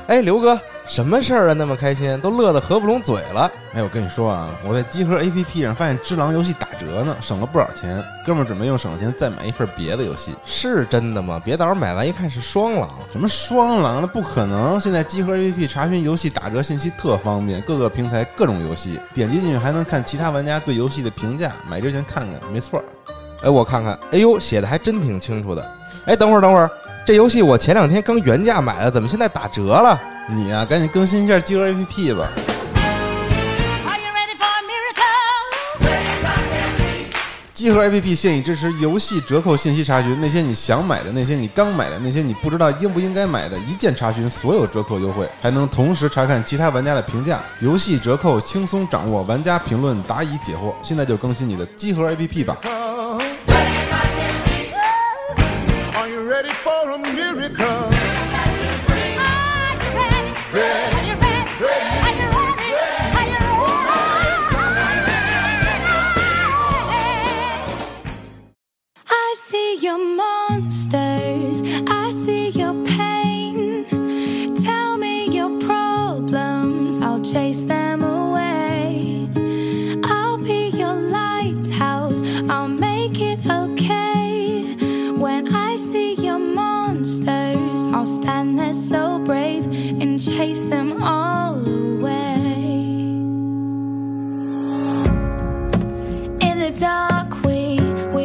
哎，刘哥，什么事儿啊？那么开心，都乐得合不拢嘴了。 哎，我跟你说啊，我在集合 APP 上发现只狼游戏打折呢，省了不少钱。哥们儿准备用省的钱再买一份别的游戏， 是真的吗？别到时候买完一看是双狼。 什么双狼？那不可能！现在集合 APP 查询游戏打折信息特方便，各个平台各种游戏，点击进去还能看其他玩家对游戏的评价，买之前看看，没错。 哎，我看看，哎呦，写的还真挺清楚的。哎，等会儿，这游戏我前2天刚原价买的，怎么现在打折了？ 你啊，赶紧更新一下集合 APP 吧。集合 APP 现已支持游戏折扣信息查询，那些你想买的，那些你刚买的，那些你不知道应不应该买的，一键查询所有折扣优惠，还能同时查看其他玩家的评价，游戏折扣轻松掌握，玩家评论答疑解惑。现在就更新你的集合 APP 吧。 Your monsters, I see your pain. Tell me your problems, I'll chase them away. I'll be your lighthouse, I'll make it okay. When I see your monsters, I'll stand there so brave and chase them all away. In the dark, we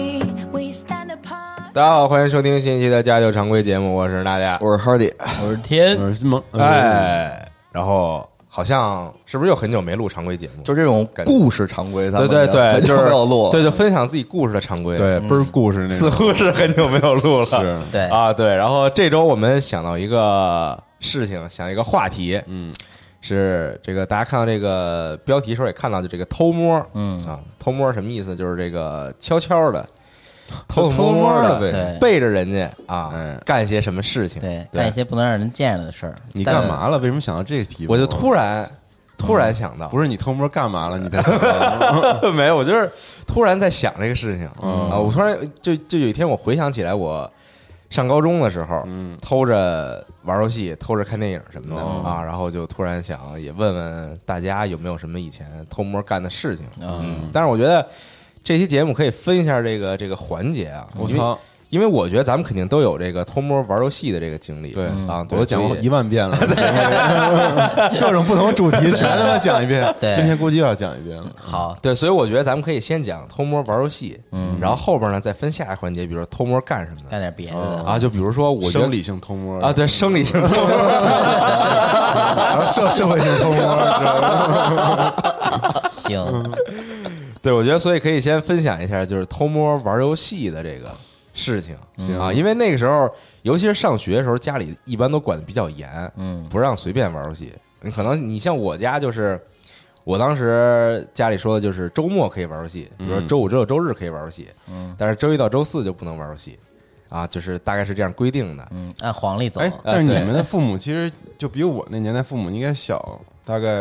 stand apart. 大家好，欢迎收听新一期的家就常规节目，我是大家， 我是 Hardy， 我是天， 我是新萌。 哎，然后好像是不是又很久没录常规节目？ 就这种故事常规，咱们对，就是没有录， 对，就分享自己故事的常规， 对，不是故事那种， 似乎是很久没有录了， 是， 对啊，对。然后这周我们想到一个事情，想一个话题，是这个大家看到这个标题的时候也看到，就这个偷摸，偷摸什么意思？就是这个悄悄的。偷摸的对， 背着人家啊，干些什么事情？ 对，干一些不能让人见着的事儿。 你干嘛了？为什么想到这个题目？ 我就突然想到， 不是你偷摸干嘛了？你才想到没有，我就是突然在想这个事情啊。我突然就有一天，我回想起来，我上高中的时候，偷着玩游戏，偷着看电影什么的啊，然后就突然想也问问大家有没有什么以前偷摸干的事情。但是我觉得。这期节目可以分一下这个环节啊，因为我觉得咱们肯定都有这个偷摸玩游戏的这个经历， 对啊， 我都讲过10000遍了，各种不同主题全他妈讲一遍，今天估计又要讲一遍了。 好， 对，所以我觉得咱们可以先讲偷摸玩游戏，然后后边呢再分下一环节，比如说偷摸干什么的， 干点别的啊，就比如说我觉得生理性偷摸啊，对，生理性偷摸， 然后社会性偷摸， 行。 对，我觉得所以可以先分享一下，就是偷摸玩游戏的这个事情啊，因为那个时候，尤其是上学的时候，家里一般都管得比较严，不让随便玩游戏。你像我家就是，我当时家里说的就是周末可以玩游戏，比如说周5、周6、周日可以玩游戏，但是周1到周4就不能玩游戏，啊，就是大概是这样规定的， 按黄历走。 哎，但是你们的父母其实就比我那年代父母应该小，大概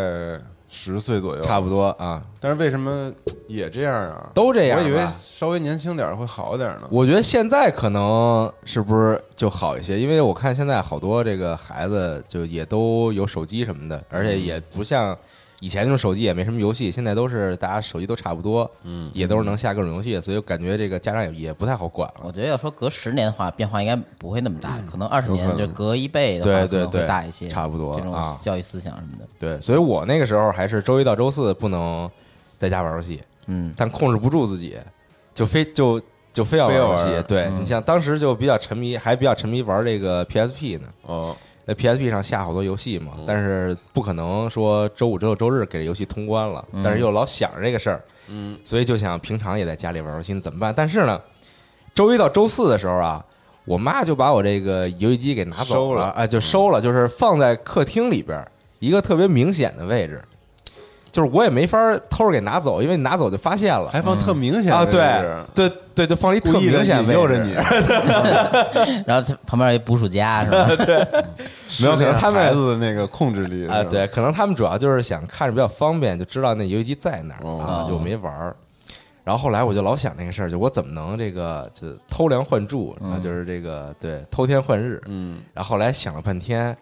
10岁左右， 差不多啊。 但是为什么也这样啊？ 都这样， 我以为稍微年轻点会好点呢。 我觉得现在可能是不是就好一些？因为我看现在好多这个孩子就也都有手机什么的，而且也不像以前那种手机也没什么游戏，现在都是大家手机都差不多，也都是能下各种游戏，所以我感觉这个家长也不太好管了。 我觉得要说隔10年的话，变化应该不会那么大，可能20年就隔1倍的话，可能会大一些， 差不多这种教育思想什么的。 对，所以我那个时候还是周1到周4不能在家玩游戏，但控制不住自己，就非要玩游戏。对，你像当时就比较沉迷，还比较沉迷玩这个 PSP 呢。在 PSP 上下好多游戏嘛，但是不可能说周5、周6、周日给这游戏通关了，但是又老想着这个事儿，所以就想平常也在家里玩游戏，怎么办？但是呢，周1到周4的时候啊，我妈就把我这个游戏机给拿走了，哎，就收了，就是放在客厅里边一个特别明显的位置。就是我也没法偷着给拿走，因为你拿走就发现了， 还放特明显啊，对，就放一特明显位置， 诱着你， 然后旁边有一捕鼠夹是吧？ 对，没有，可能他们孩子的那个控制力啊，对，可能他们主要就是想看着比较方便，就知道那游戏机在哪儿啊，就没玩儿。然后后来我就老想那个事儿，就我怎么能这个就偷梁换柱啊，就是这个对偷天换日，然后后来想了半天。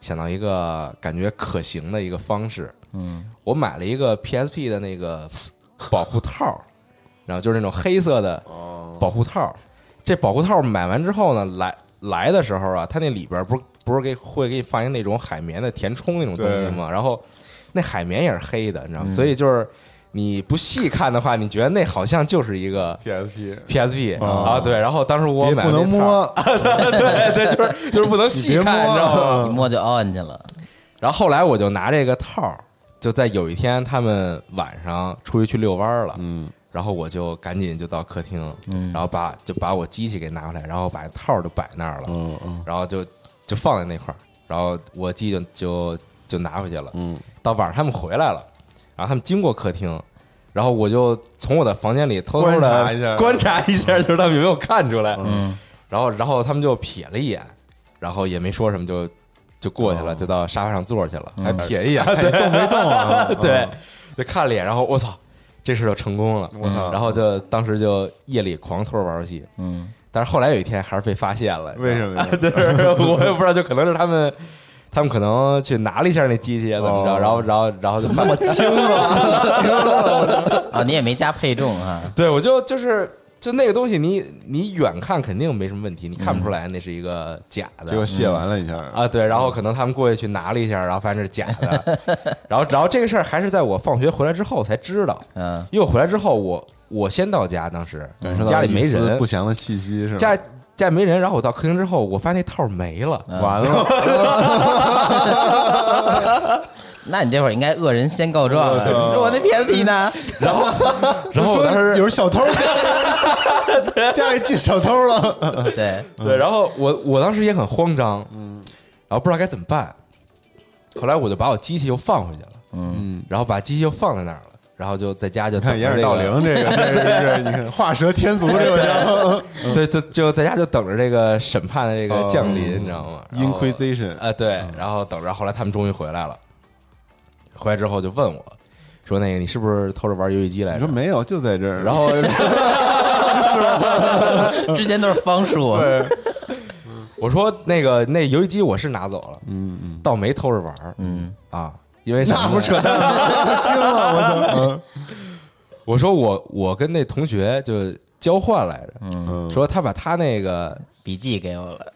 想到一个感觉可行的一个方式，我买了一个 PSP 的那个保护套，然后就是那种黑色的保护套。这保护套买完之后呢，来的时候啊，它那里边不是会给你放一那种海绵的填充那种东西吗？然后那海绵也是黑的，你知道吗？所以就是你不细看的话，你觉得那好像就是一个 PSP 啊，对。然后当时我买不能摸， 对，就是不能细看，你知道吗？ 一摸就凹进去了。 然后后来我就拿这个套，就在有一天他们晚上出去遛弯了，然后我就赶紧就到客厅，然后把我机器给拿回来，然后把套就摆那儿了，然后就放在那块儿，然后我机就拿回去了，到晚上他们回来了，然后他们经过客厅，然后我就从我的房间里偷偷的观察一下，就是他们有没有看出来，然后他们就瞥了一眼，然后也没说什么，就过去了，就到沙发上坐去了， 还瞥一眼，动没动啊？ 对，就看了一眼，然后我操。这事就成功了，然后就当时就夜里狂偷着玩游戏，但是后来有一天还是被发现了， 为什么呀？ 就是我也不知道，就可能是他们可能去拿了一下那机器，怎么着，然后就那么轻啊，你也没加配重啊？ 对，我就那个东西你远看肯定没什么问题，你看不出来那是一个假的， 结果卸完了一下啊，对，然后可能他们过去拿了一下，然后发现是假的，然后这个事儿还是在我放学回来之后才知道，因为我回来之后我先到家，当时家里没人， 不祥的气息是吧？ 家里没人，然后我到客厅之后，我发现那套没了， 完了。 那你这会儿应该恶人先告状了，我那 PSP 呢？ 然后我当时有小偷，家里进小偷了， 对， 然后我当时也很慌张，然后不知道该怎么办，后来我就把我机器又放回去了，然后把机器又放在那儿了，然后就在家就看掩耳盗铃这个，你看画蛇添足这个， 对，就在家就等着这个审判的这个降临，你知道吗 ？Inquisition 啊，对，然后等着，后来他们终于回来了。回来之后就问我，说那个你是不是偷着玩游戏机来着？ 你说没有，就在这儿。 然后之前都是方叔。 对， 我说那游戏机我是拿走了，倒没偷着玩，因为那不扯淡了，惊了，我操！ 我说我跟那同学就交换来着，说他把他那个笔记给我了，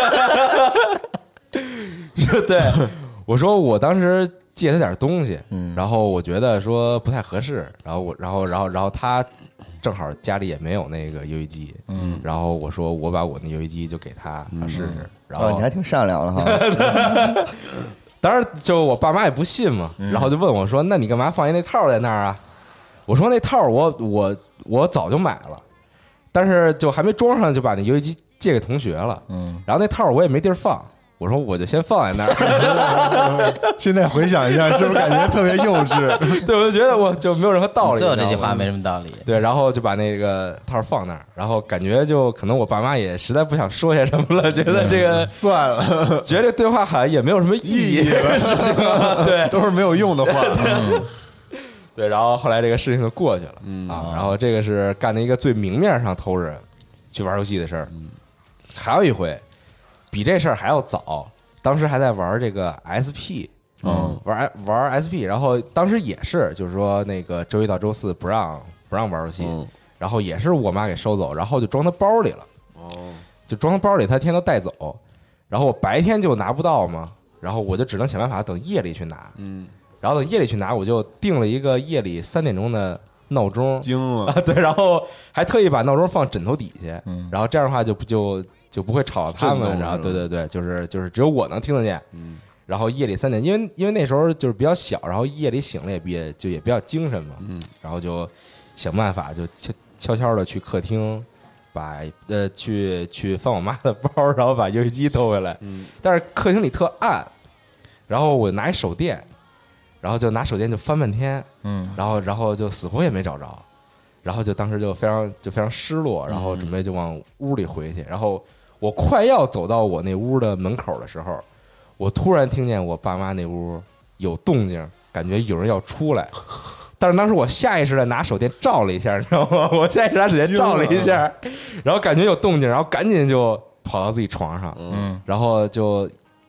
对，我说我当时借他点东西，然后我觉得说不太合适，然后他正好家里也没有那个游戏机，然后我说我把我那游戏机就给他试试，然后你还挺善良的哈。 当然就我爸妈也不信嘛，然后就问我说那你干嘛放一那套在那儿啊？我说那套我早就买了，但是就还没装上就把那游戏机借给同学了，然后那套我也没地儿放。我说我就先放在那儿。 现在回想一下，是不是感觉特别幼稚？ 对，我就觉得我就没有任何道理。 最后这句话没什么道理。 对，然后就把那个套放那儿，然后感觉就可能我爸妈也实在不想说些什么了，觉得这个算了， 觉得这对话好像也没有什么意义了，对， 都是没有用的话。 对，然后后来这个事情就过去了，然后这个是干的一个最明面上偷着去玩游戏的事儿。还有一回。比这事儿还要早，当时还在玩这个 SP，玩 SP， 然后当时也是，就是说那个周一到周四不让玩游戏，然后也是我妈给收走，然后就装他包里了，就装他包里，他天天都带走，然后我白天就拿不到嘛，然后我就只能想办法等夜里去拿，然后等夜里去拿，我就定了一个夜里3点钟的闹钟， 惊了， 对，然后还特意把闹钟放枕头底下，然后这样的话就不会吵他们，然后对，就是只有我能听得见，然后夜里3点，因为那时候就是比较小，然后夜里醒了也比较精神嘛，然后就想办法就悄悄的去客厅，把去翻我妈的包，然后把游戏机偷回来，但是客厅里特暗，然后我拿一手电，然后就拿手电就翻半天，然后就死活也没找着，然后就当时就非常失落，然后准备就往屋里回去，然后我快要走到我那屋的门口的时候，我突然听见我爸妈那屋有动静，感觉有人要出来，但是当时我下意识的拿手电照了一下，你知道吗？我下意识拿手电照了一下，然后感觉有动静，然后赶紧就跑到自己床上，然后就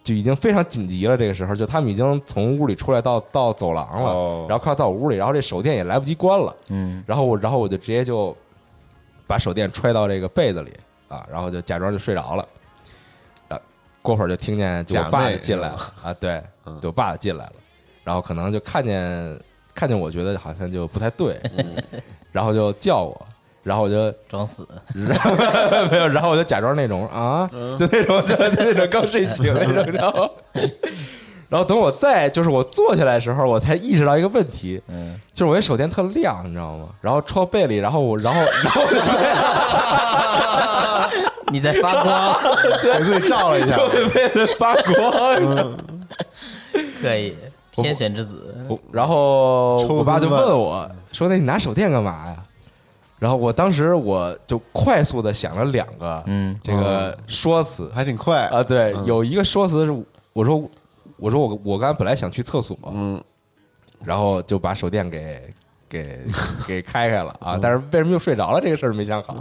就已经非常紧急了。这个时候，就他们已经从屋里出来到走廊了，然后快到屋里，然后这手电也来不及关了，然后我就直接就把手电揣到这个被子里啊，然后就假装就睡着了。过会儿就听见就我爸进来了啊，对，就我爸进来了，然后可能就看见我觉得好像就不太对，然后就叫我。然后我就装死， 没有，然后我就假装那种啊，就那种刚睡醒那种，然后等我就是我坐下来的时候，我才意识到一个问题，就是我那手电特亮，你知道吗？然后戳被里，然后你在发光， 给自己照了一下， 被子发光， 可以，天选之子。 然后我爸就问我说：“那你拿手电干嘛呀？”然后我当时我就快速的想了2个，这个说辞还挺快啊。对，有一个说辞是我说我刚才本来想去厕所，然后就把手电给开了啊，但是为什么又睡着了这个事儿没想好。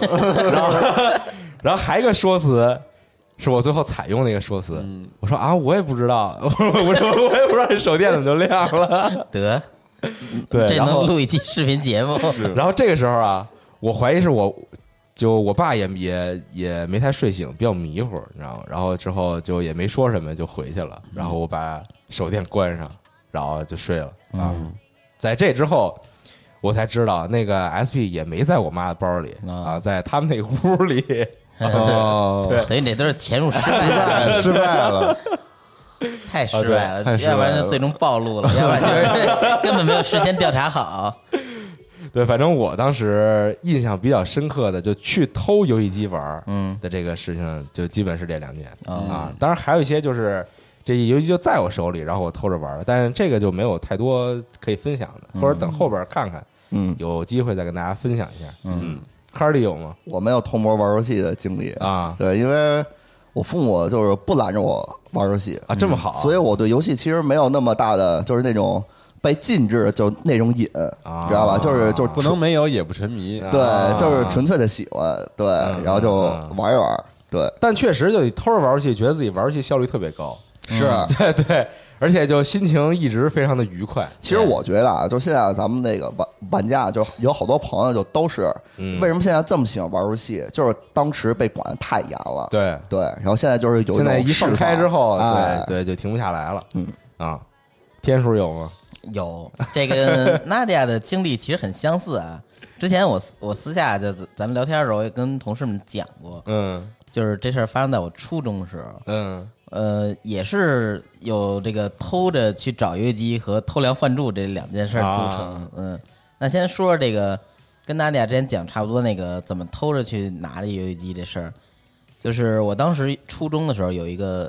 然后还有一个说辞是我最后采用的一个说辞，我说啊我也不知道，我说我也不知道这手电怎么就亮了， 得。 对， 这能录一期视频节目。 然后这个时候啊，我怀疑是我爸也没太睡醒，比较迷糊，你知道吗？然后之后就也没说什么，就回去了。然后我把手电关上，然后就睡了啊。在这之后，我才知道那个 SP 也没在我妈的包里啊，在他们那个屋里。对， 等于这都是潜入失败了。 太失败了，要不然就最终暴露了，要不然就是根本没有事先调查好。 对，反正我当时印象比较深刻的，就去偷游戏机玩的这个事情，就基本是这2件啊。当然还有一些就是这游戏机就在我手里，然后我偷着玩，但是这个就没有太多可以分享的，或者等后边看看，有机会再跟大家分享一下。哈利有吗？ 我没有偷摸玩游戏的经历啊， 对，因为我父母就是不拦着我玩游戏啊，这么好， 所以我对游戏其实没有那么大的就是那种被禁止就那种瘾，知道吧？就是不能没有也不沉迷， 对，就是纯粹的喜欢，对，然后就玩一玩，对。 但确实就你偷着玩游戏，觉得自己玩游戏效率特别高， 是， 对，而且就心情一直非常的愉快。 其实我觉得啊，就现在咱们那个玩家，就有好多朋友就都是，为什么现在这么喜欢玩游戏？就是当时被管得太严了，对，然后现在就是有现在一放开之后， 对， 就停不下来了。天叔有吗？ 有，这个娜迪亚的经历其实很相似啊。之前我私下就咱们聊天的时候也跟同事们讲过，就是这事儿发生在我初中的时候，也是有这个偷着去找游戏机和偷梁换柱这2件事组成。那先说这个跟娜迪亚之前讲差不多那个怎么偷着去拿这游戏机这事儿，就是我当时初中的时候有一个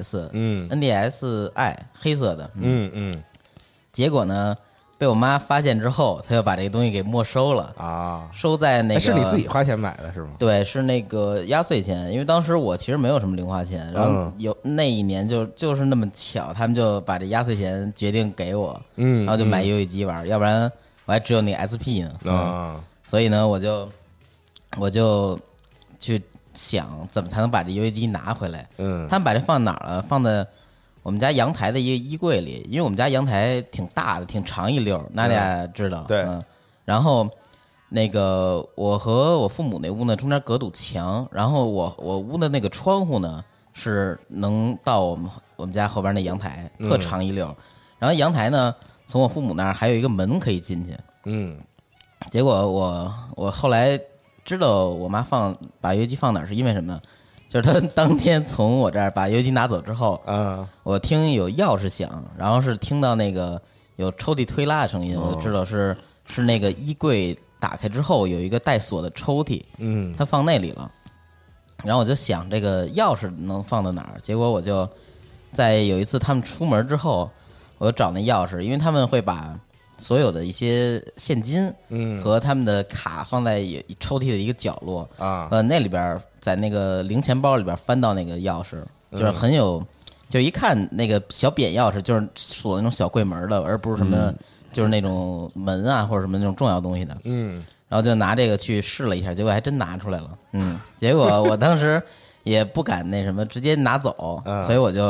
NDSi 黑色的，结果呢被我妈发现之后，她就把这个东西给没收了啊，收在那个是你自己花钱买的是吗？ 对，是那个压岁钱，因为当时我其实没有什么零花钱，然后那一年就是那么巧，他们就把这压岁钱决定给我，然后就买游戏机玩，要不然我还只有那个 SP 呢所以呢我就去想怎么才能把这游戏机拿回来。他们把这放哪儿了？放在我们家阳台的一个衣柜里，因为我们家阳台挺大的，挺长一溜，大家知道。 对， 然后那个我和我父母那屋呢，中间隔堵墙，然后我屋的那个窗户呢是能到我们家后边那阳台，特长一溜。然后阳台呢，从我父母那儿还有一个门可以进去。结果我后来知道我妈把游戏机放哪儿是因为什么呢？就是他当天从我这儿把游戏机拿走之后，我听有钥匙响，然后是听到那个有抽屉推拉的声音，我就知道是那个衣柜打开之后有一个带锁的抽屉，他放那里了。然后我就想这个钥匙能放到哪儿，结果我就在有一次他们出门之后，我找那钥匙，因为他们会把所有的一些现金和他们的卡放在抽屉的一个角落那里边在那个零钱包里边翻到那个钥匙，就是很有，就一看那个小扁钥匙就是锁那种小柜门的，而不是什么就是那种门啊或者什么那种重要东西的。然后就拿这个去试了一下，结果还真拿出来了。结果我当时也不敢那什么直接拿走，所以我就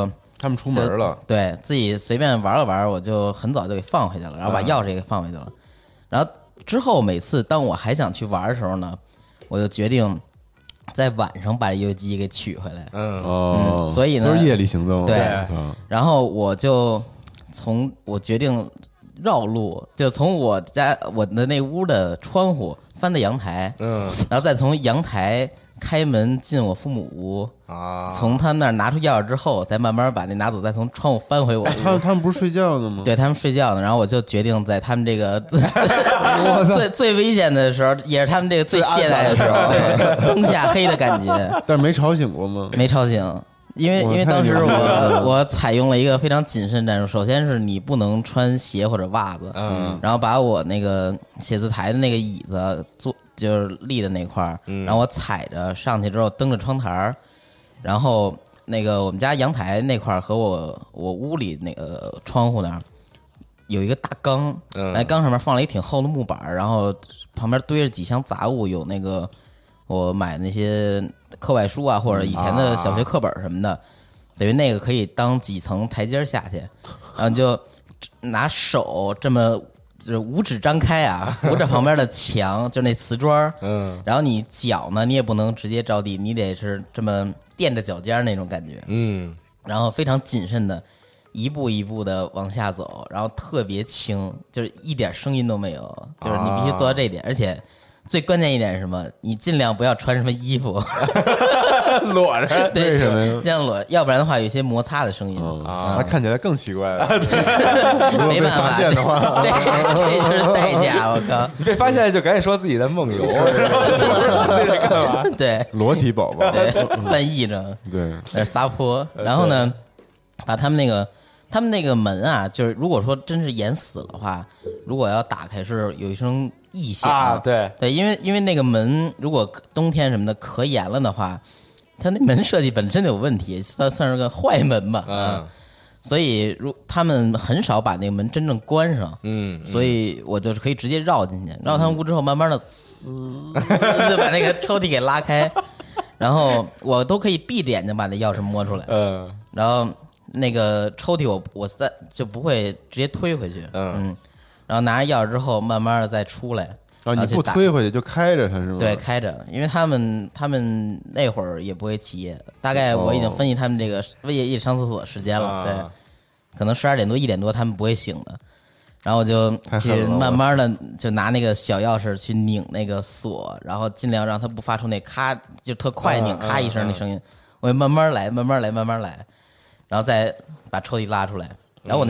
他们出门了， 对自己随便玩了玩，我就很早就给放回去了，然后把钥匙也给放回去了。然后之后每次当我还想去玩的时候呢，我就决定在晚上把游戏机给取回来。所以呢都是夜里行动。 对，然后我决定绕路，就从我的那屋的窗户翻到阳台，然后再从阳台开门进我父母屋啊，从他那儿拿出钥匙之后，再慢慢把那拿走，再从窗户翻回我屋。 他们不是睡觉呢吗？ 对，他们睡觉呢。然后我就决定在他们这个最危险的时候，也是他们这个最懈怠的时候，对，灯下黑的感觉。 但是没吵醒过吗？ 没吵醒。因为当时我采用了一个非常谨慎战术，首先是你不能穿鞋或者袜子，然后把我那个写字台的那个椅子就是立的那块儿，然后我踩着上去之后蹬着窗台，然后那个我们家阳台那块儿和我屋里那个窗户那儿有一个大缸，那缸上面放了一挺厚的木板，然后旁边堆着几箱杂物，有那个我买那些课外书啊，或者以前的小学课本什么的，等于那个可以当几层台阶下去，然后就拿手这么就是五指张开啊，扶着旁边的墙，就那瓷砖，然后你脚呢，你也不能直接着地，你得是这么垫着脚尖那种感觉，然后非常谨慎的一步一步的往下走，然后特别轻，就是一点声音都没有，就是你必须做到这一点，而且最关键一点是什么？你尽量不要穿什么衣服， 裸着， 对，这样裸，要不然的话有一些摩擦的声音那看起来更奇怪了。 没办法， 发现的话， 这就是代价。我靠， 你被发现就赶紧说自己在梦游，这是干嘛？ 对， 裸体宝宝， 对，犯癔症， 对， 在撒泼。然后呢，把他们那个门啊，就是如果说真是严死的话，如果要打开是有一声异响啊，对， 因为那个门如果冬天什么的可严了的话，它那门设计本身就有问题，算是个坏门吧，所以他们很少把那个门真正关上，所以我就是可以直接绕进去，绕他们屋之后，慢慢的就把那个抽屉给拉开，然后我都可以闭着眼睛把那钥匙摸出来，然后那个抽屉我就不会直接推回去，然后拿着钥匙之后，慢慢的再出来。 你不推回去就开着它是吗？ 对，开着，因为他们那会儿也不会起夜，大概我已经分析他们这个夜上厕所时间了，对，可能12点多1点多他们不会醒的，然后我就去慢慢的就拿那个小钥匙去拧那个锁，然后尽量让它不发出那咔就特快拧咔一声那声音，我就慢慢来，然后再把抽屉拉出来。然后我那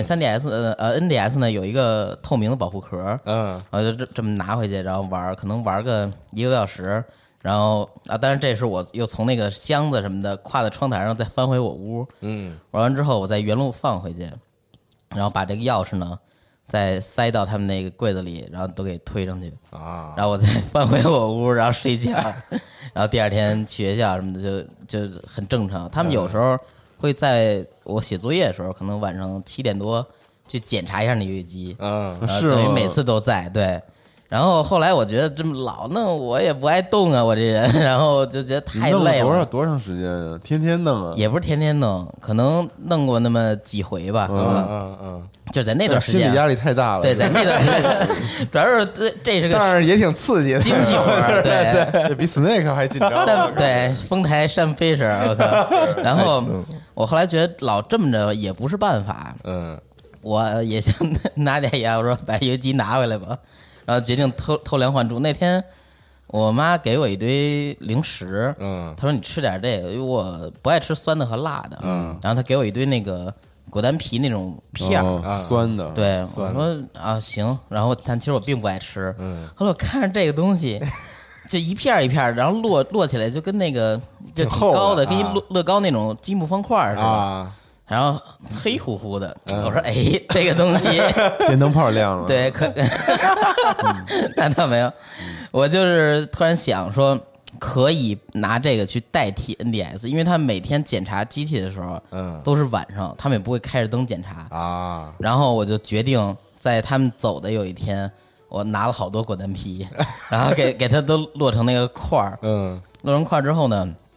NDS 呢有一个透明的保护壳，然后就这么拿回去，然后可能玩个1个多小时，然后当然这是我又从那个箱子什么的挎在窗台上再翻回我屋，玩完之后我再原路放回去，然后把这个钥匙呢再塞到他们那个柜子里，然后都给推上去然后我再翻回我屋，然后睡觉，然后第二天去学校什么的就很正常。他们有时候会在我写作业的时候，可能晚上7点多去检查一下那游戏机， 是等于每次都在，对。然后后来我觉得这么老弄，我也不爱动啊，我这人，然后就觉得太累了。 多长时间啊？天天弄啊？ 也不是天天弄，可能弄过那么几回吧。就在那段时间， 心理压力太大了。 对，在那段时间，主要是这是个， 但是也挺刺激的， 惊喜活，对， 这比 Snake 还紧张。 对，风台扇飞声，我靠！然后我后来觉得老这么着也不是办法，我也像拿点牙，我说把游戏机拿回来吧。然后决定偷梁换柱。那天我妈给我一堆零食，她说你吃点这个，因为我不爱吃酸的和辣的，然后她给我一堆那个果丹皮那种片儿， 酸的， 对，我说啊行，然后但其实我并不爱吃，后来我看着这个东西。就一片一片，然后摞起来就跟那个就挺高的，跟一乐高那种积木方块似的。然后黑乎乎的，我说哎，这个东西电灯泡亮了， 对，那倒没有，我就是突然想说，可以拿这个去代替 NDS， 因为他们每天检查机器的时候，都是晚上，他们也不会开着灯检查啊。然后我就决定在他们走的有一天，我拿了好多果丹皮，然后给它都摞成那个块儿，摞成块之后呢。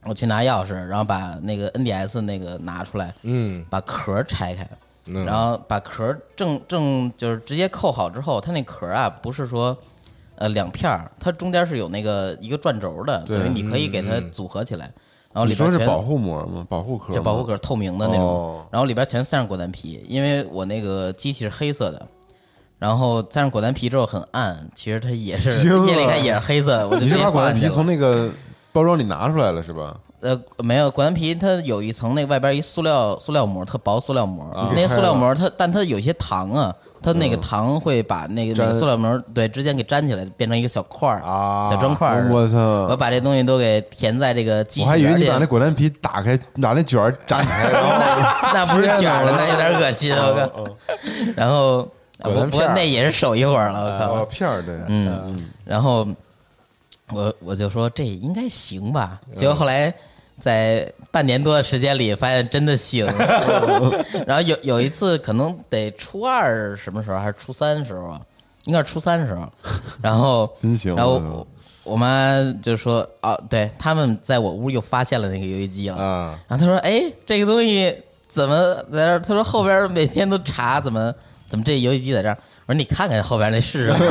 我去拿钥匙，然后把那个 NDS 那个拿出来，把壳拆开，然后把壳正就是直接扣好之后，它那壳啊不是说两片，它中间是有那个一个转轴的，等于你可以给它组合起来。然后里边全是保护膜吗？保护壳， 就保护壳透明的那种，然后里边全塞上果丹皮，因为我那个机器是黑色的，然后塞上果丹皮之后很暗，其实它也是夜里看也是黑色的。我就你是把果丹皮从那个包装里拿出来了是吧？ 没有，果丹皮它有一层那外边一塑料膜，特薄塑料膜，那塑料膜但它有些糖啊。它那个糖会把那个塑料膜对之间给粘起来，变成一个小块儿小砖块儿。 我操！ 我把这东西都给填在这个机器。 我还以为你把那果丹皮打开，把那卷粘开。 那不是卷了，那有点恶心。我靠！然后不过那也是守一会儿了。我靠！ 片儿对， 然后我就说这应该行吧，结果后来。在半年多的时间里，发现真的行。然后有一次，可能得初2什么时候，还是初3的时候啊？应该是初3的时候。然后真行。 然后我妈就说：“哦，对，他们在我屋又发现了那个游戏机了。”然后她说：“哎，这个东西怎么在这儿？”她说：“后边每天都查，怎么这游戏机在这儿？”我说：“你看看后边那是什么。”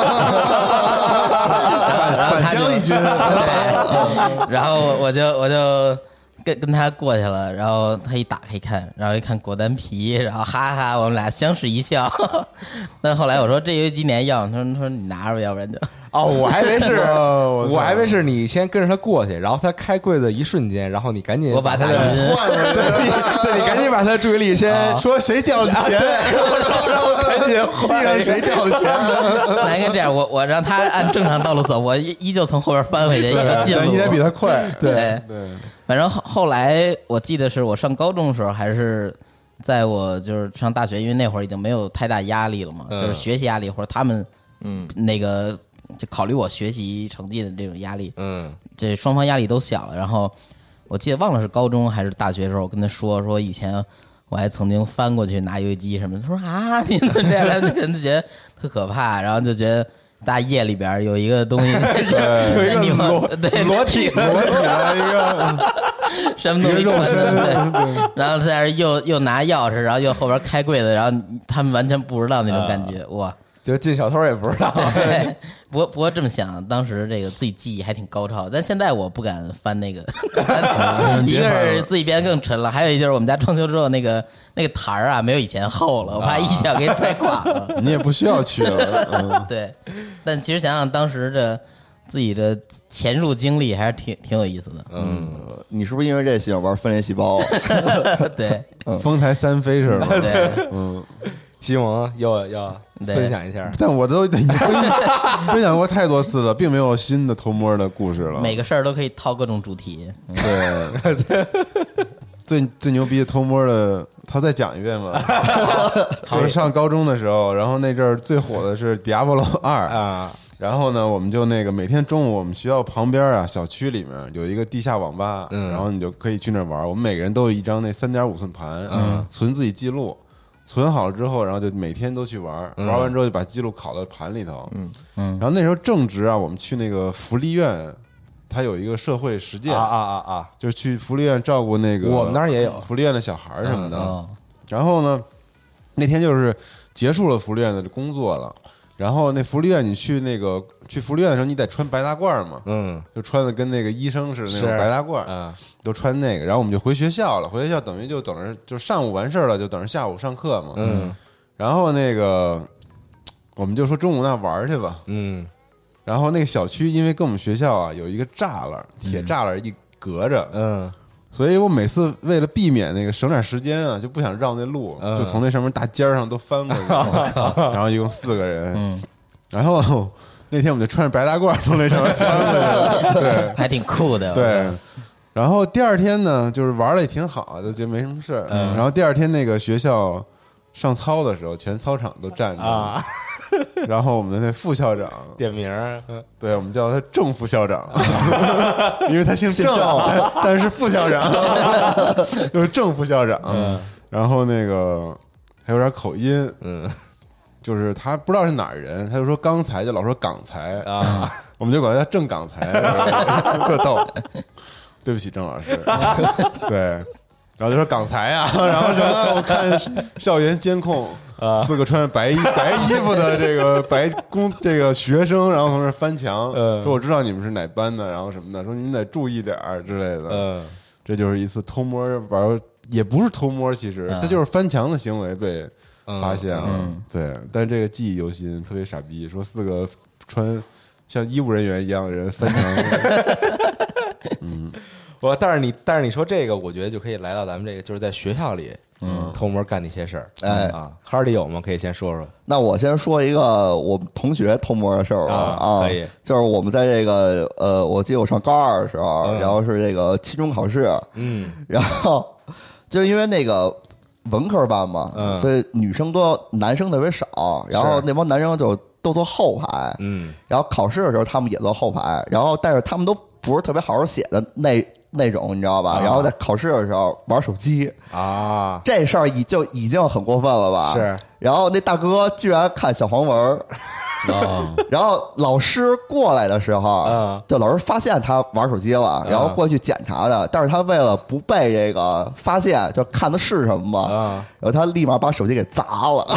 然后他就反将一军， 然后我就跟他过去了，然后他一打开一看，然后一看果丹皮，然后哈哈，我们俩相视一笑。但后来我说这游戏机你还要？他说你拿着，要不然就我还以为是你先跟着他过去，然后他开柜子一瞬间，然后你赶紧我把他换了，对，你赶紧把他注意力先说谁掉了钱， 然后赶紧地上谁掉了钱。 那应该这样，我让他按正常道路走，我依旧从后边翻回去，一个近路， 你得比他快。 对。反正后来我记得是我上高中的时候，还是在我就是上大学，因为那会儿已经没有太大压力了嘛，就是学习压力或者他们那个就考虑我学习成绩的这种压力，这双方压力都小了。然后我记得忘了是高中还是大学的时候，我跟他说以前我还曾经翻过去拿游戏机什么的，他说啊，你怎么这样？可能觉得特可怕，然后就觉得。大夜里边有一个东西， 有一个裸体的一个什么东西穿的，然后在那又拿钥匙，然后又后边开柜子，然后他们完全不知道那种感觉，哇！ 就进小偷也不知道。 不过这么想，当时这个自己记忆还挺高超，但现在我不敢翻那个。一个是自己变得更沉了，还有一就是我们家装修之后那个台儿啊，没有以前厚了，我怕一脚给踩垮了。 你也不需要去了。 对，但其实想想当时自己的潜入经历还是挺有意思的。 你是不是因为这喜欢玩分裂细胞？ 对， 丰台3飞是吧？ 对， 西蒙要分享一下， 但我都已经分享过太多次了，并没有新的偷摸的故事了。 每个事儿都可以套各种主题。 对，最牛逼的偷摸的，他再讲一遍吧。就是上高中的时候，然后那阵儿最火的是《Diablo 2》啊。然后呢，我们就那个每天中午，我们学校旁边啊，小区里面有一个地下网吧，然后你就可以去那玩。我们每个人都有一张那3.5寸盘，存自己记录。存好了之后，然后就每天都去玩，玩完之后就把记录拷到盘里头。然后那时候正值啊，我们去那个福利院，它有一个社会实践就是去福利院照顾那个我们那儿也有福利院的小孩什么的。然后呢，那天就是结束了福利院的工作了。然后那福利院，你去福利院的时候，你得穿白大褂嘛，就穿的跟那个医生似的那种白大褂，都穿那个。然后我们就回学校了，回学校等于就等着，就上午完事儿了，就等着下午上课嘛，然后那个我们就说中午那玩去吧，然后那个小区因为跟我们学校啊有一个栅栏，铁栅栏一隔着，所以我每次为了避免那个省点时间啊，就不想绕那路，就从那上面大尖上都翻过去，然后一共4个人，然后那天我们就穿着白大褂从那上面翻过去，对， 还挺酷的， 对。然后第二天呢，就是玩的也挺好，就觉得没什么事儿。然后第二天那个学校上操的时候，全操场都站着。然后我们的那副校长点名， 对，我们叫他郑副校长，因为他姓郑，但是副校长就是郑副校长。然后那个还有点口音，就是他不知道是哪儿人，他就说刚才就老说港才啊，我们就管他叫郑港才，特逗。 对不起郑老师，对，然后就说港台啊，然后什么我看校园监控。4个穿白衣服的这个这个学生，然后从那翻墙，说我知道你们是哪班的，然后什么的，说你们得注意点之类的。这就是一次偷摸玩，也不是偷摸，其实这就是翻墙的行为被发现了。对，但是这个记忆犹新，特别傻逼，说4个穿像医务人员一样的人翻墙。 但是你说这个，我觉得就可以来到咱们这个，就是在学校里。偷摸干那些事儿，哈里有吗？可以先说说。 那我先说一个我们同学偷摸的事儿吧。 可以， 就是我们在这个我记得我上高2的时候，然后是这个期中考试，然后就因为那个文科班嘛，所以女生多，男生特别少，然后那帮男生就都坐后排，然后考试的时候他们也坐后排，然后但是他们都不是特别好好写的那种你知道吧？然后在考试的时候玩手机啊， 这事儿已经很过分了吧？ 是。 然后那大哥居然看小黄文然后老师过来的时候，就老师发现他玩手机了，然后过去检查的，但是他为了不被这个发现，就看的是什么嘛，然后他立马把手机给砸了。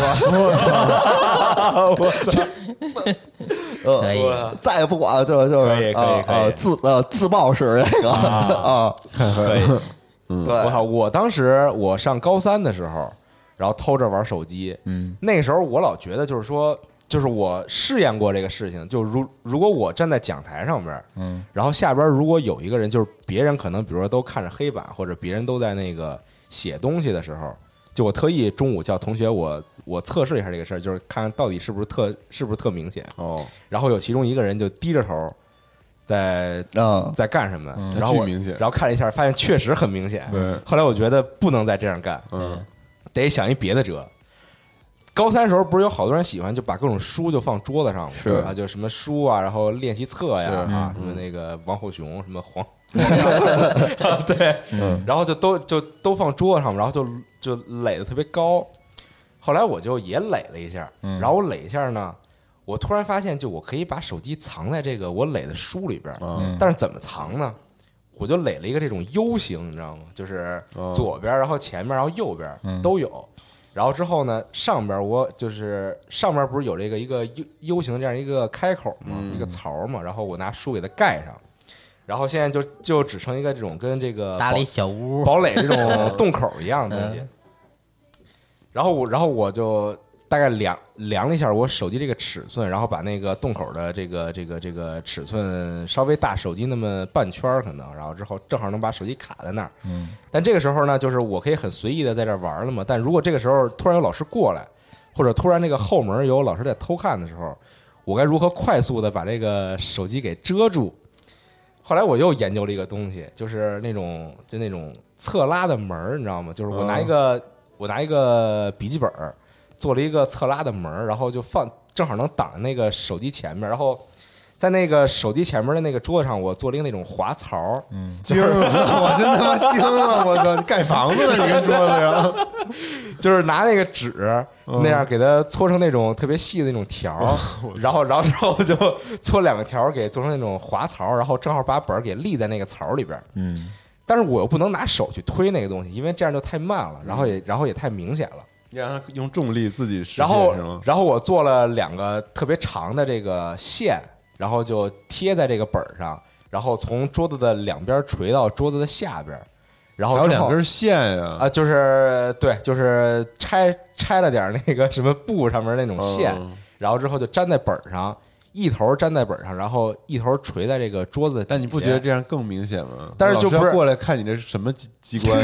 我操！ 可以， 再也不管了，就是自爆式这个可以。我当时我上高3的时候，然后偷着玩手机，那个时候我老觉得就是说，就是我试验过这个事情，就如果我站在讲台上边，然后下边如果有一个人，就是别人可能比如说都看着黑板，或者别人都在那个写东西的时候，就我特意中午叫同学我测试一下这个事儿，就是看到底是不是特明显哦。 然后有其中一个人就低着头在干什么，然后看了一下，发现确实很明显。 对， 后来我觉得不能再这样干，得想一别的辙。高3时候不是有好多人喜欢就把各种书就放桌子上吗？ 是啊，就什么书啊，然后练习册呀什么那个王后雄什么黄对，然后就都放桌子上，然后就垒得特别高。后来我就也垒了一下，然后我垒一下呢，我突然发现就我可以把手机藏在这个我垒的书里边，但是怎么藏呢？我就垒了一个这种 U 型，你知道吗？就是左边，然后前面，然后右边都有。然后之后呢，上边上边不是有这个一个 U 型这样一个开口嘛，一个槽嘛，然后我拿书给它盖上，然后现在就只剩一个这种跟这个搭了一小屋堡垒这种洞口一样的东西。然后我就大概量了一下我手机这个尺寸，然后把那个洞口的这个尺寸稍微大手机那么半圈可能，然后之后正好能把手机卡在那儿。但这个时候呢，就是我可以很随意的在这玩了嘛。但如果这个时候突然有老师过来，或者突然那个后门有老师在偷看的时候，我该如何快速的把这个手机给遮住？后来我又研究了一个东西，就是那种侧拉的门，你知道吗？就是我拿一个笔记本做了一个侧拉的门，然后就正好能挡在那个手机前面，然后在那个手机前面的那个桌子上，我做了一个那种滑槽。 惊了，我真他妈惊了！我操，你盖房子呢？你跟桌子上， 就是拿那个纸那样给它搓成那种特别细的那种条，然后之后就搓2个条给做成那种滑槽，然后正好把本给立在那个槽里边。但是我又不能拿手去推那个东西，因为这样就太慢了，然后也太明显了。 你让他用重力自己实现是吗？ 然后我做了2个特别长的这个线，然后就贴在这个本上，然后从桌子的两边垂到桌子的下边，然后还有2根线呀就是对，就是拆了点那个什么布上面那种线，然后之后就粘在本上。一头粘在本上，然后一头垂在这个桌子。 但你不觉得这样更明显吗？ 但是就不是过来看你这是什么机关？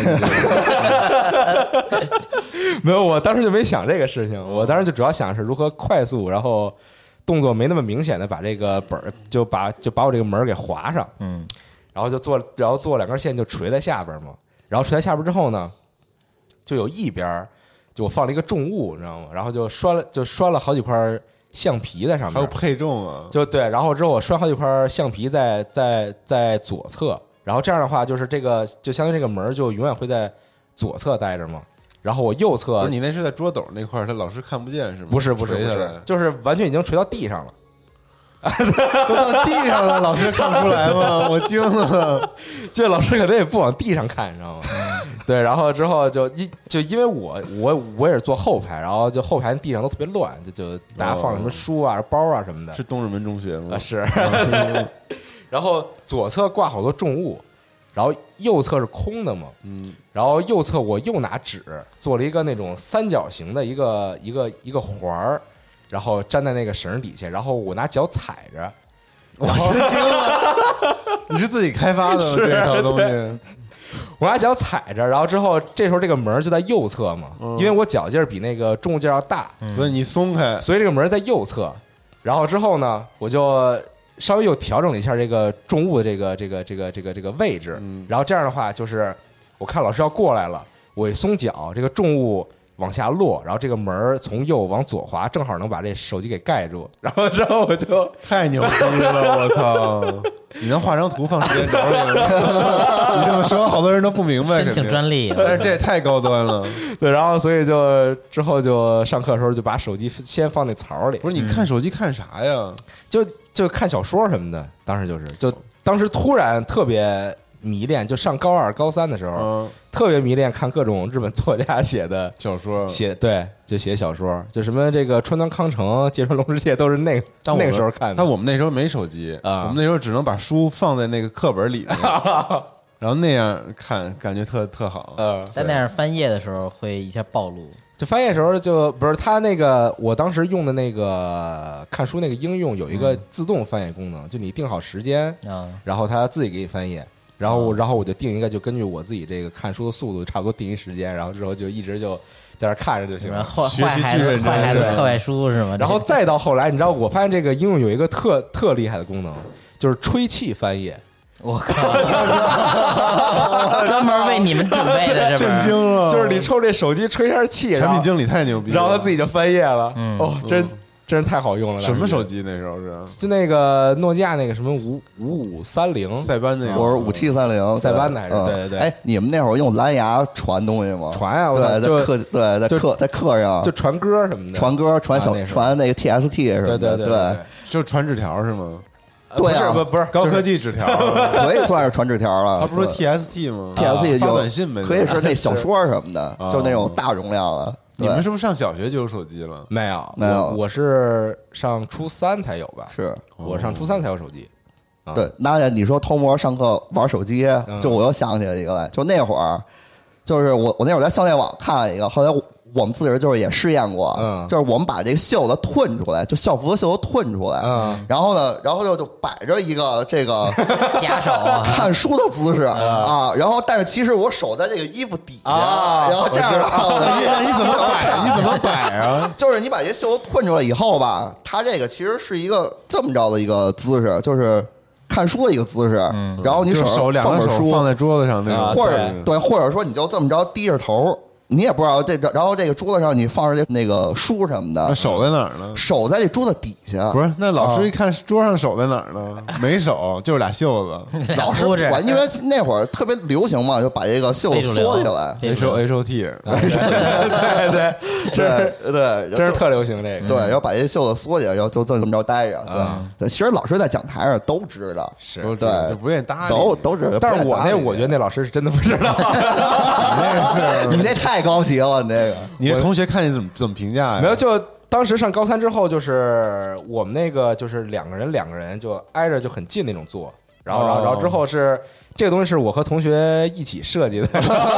没有，我当时就没想这个事情。我当时就主要想是如何快速，然后动作没那么明显的把这个本就把我这个门给划上。然后做2根线就垂在下边嘛。然后垂在下边之后呢，就有一边就我放了一个重物，你知道吗？然后就拴了好几块橡皮在上面， 还有配重啊， 就对，然后之后我拴好几块橡皮在左侧，然后这样的话就是这个就相当于这个门就永远会在左侧待着嘛，然后我右侧， 不是你那是在桌斗那块，他老师看不见是吗？ 不是，就是完全已经垂到地上了。 都到地上了，老师看不出来吗？我惊了。 就老师可能也不往地上看，你知道吗？对，然后之后就因为我也是坐后排，然后就后排地上都特别乱，就大家放什么书啊、包啊什么的。 是东直门中学吗？ 是。然后左侧挂好多重物，然后右侧是空的嘛。然后右侧我又拿纸做了一个那种三角形的一个环儿，然后粘在那个绳底下，然后我拿脚踩着。 我真惊了！你是自己开发的吗？这套东西。 我拿脚踩着，然后之后这时候这个门就在右侧嘛，因为我脚劲儿比那个重物劲儿要大， 所以你松开， 所以这个门在右侧。然后之后呢，我就稍微又调整了一下这个重物的这个位置，然后这样的话就是我看老师要过来了，我一松脚，这个重物往下落，然后这个门从右往左滑，正好能把这手机给盖住。然后之后我就太牛逼了，我操！你能画张图放时间轴里吗？你这么说，好多人都不明白。 申请专利， 但是这也太高端了。 对，然后所以就之后就上课的时候就把手机先放那槽里。 不是你看手机看啥呀？ 就看小说什么的。当时当时突然特别迷恋，就上高2、高3的时候，特别迷恋看各种日本作家写的小说， 就写小说，就什么这个川端康成、芥川龙之介都是那个时候看的。 但我们那时候没手机我们那时候只能把书放在那个课本里面，然后那样看，感觉特好。 但那样翻页的时候会一下暴露。 就翻页的时候就不是他那个，我当时用的那个看书那个应用有一个自动翻页功能，就你定好时间，然后他自己给你翻页。然后我就定一个，就根据我自己这个看书的速度，差不多定一时间，然后之后就一直就在那看着就行了。 学习剧本， 坏孩子课外书是吗？ 然后再到后来，你知道，我发现这个应用有一个特厉害的功能，就是吹气翻页。 我靠！专门为你们准备的， 震惊了！ 就是你抽这手机吹一下气， 产品经理太牛逼了， 然后他自己就翻页了。真是太好用了。 什么手机那时候是？ 就那个诺基亚那个什么5530， 塞班那个， 我是5730， 塞班的还是？对对。 哎，你们那会儿用蓝牙传东西吗？ 传啊， 对，在课上就传歌什么的， 传歌传那个 TST 什么的， 对， 就传纸条是吗？ 对啊， 不是高科技纸条， 可以算是传纸条了。 它不是 TST 吗 ？TST 发短信呗， 可以是那小说什么的，就那种大容量的。 你们是不是上小学就有手机了？ 没有，我是上初3才有吧？ 是我上初3才有手机。 对，那你说偷摸上课玩手机，就我又想起来一个来，就那会儿，就是我那会儿在校内网看了一个，后来我们自己就是也试验过，就是我们把这个袖子褪出来，就校服的袖子褪出来，然后呢，就摆着一个这个假手看书的姿势啊，然后但是其实我手在这个衣服底下，然后这样的话， 你怎么摆？你怎么摆啊？ 就是你把这袖子褪出来以后吧，它这个其实是一个这么着的一个姿势，就是看书的一个姿势，然后你两个手放在桌子上那个，或者说你就这么着低着头。你也不知道这，然后这个桌子上你放着那个书什么的， 那手在哪儿呢？ 手在这桌子底下。 不是，那老师一看桌上手在哪儿呢？没手，就是俩袖子。 老师管，因为那会儿特别流行嘛，就把这个袖子缩起来。 HOT， 对，真是特流行这个。 对，然后把这袖子缩起来，然后就这么着待着。对，其实老师在讲台上都知道， 是对， 就不愿意搭理， 都知道。 但是我觉得那老师是真的不知道。 你那太高级了，你这个， 你的同学看你怎么评价呀？ 没有，就当时上高3之后，就是我们那个就是两个人就挨着就很近那种坐，然后之后是这个东西是我和同学一起设计的，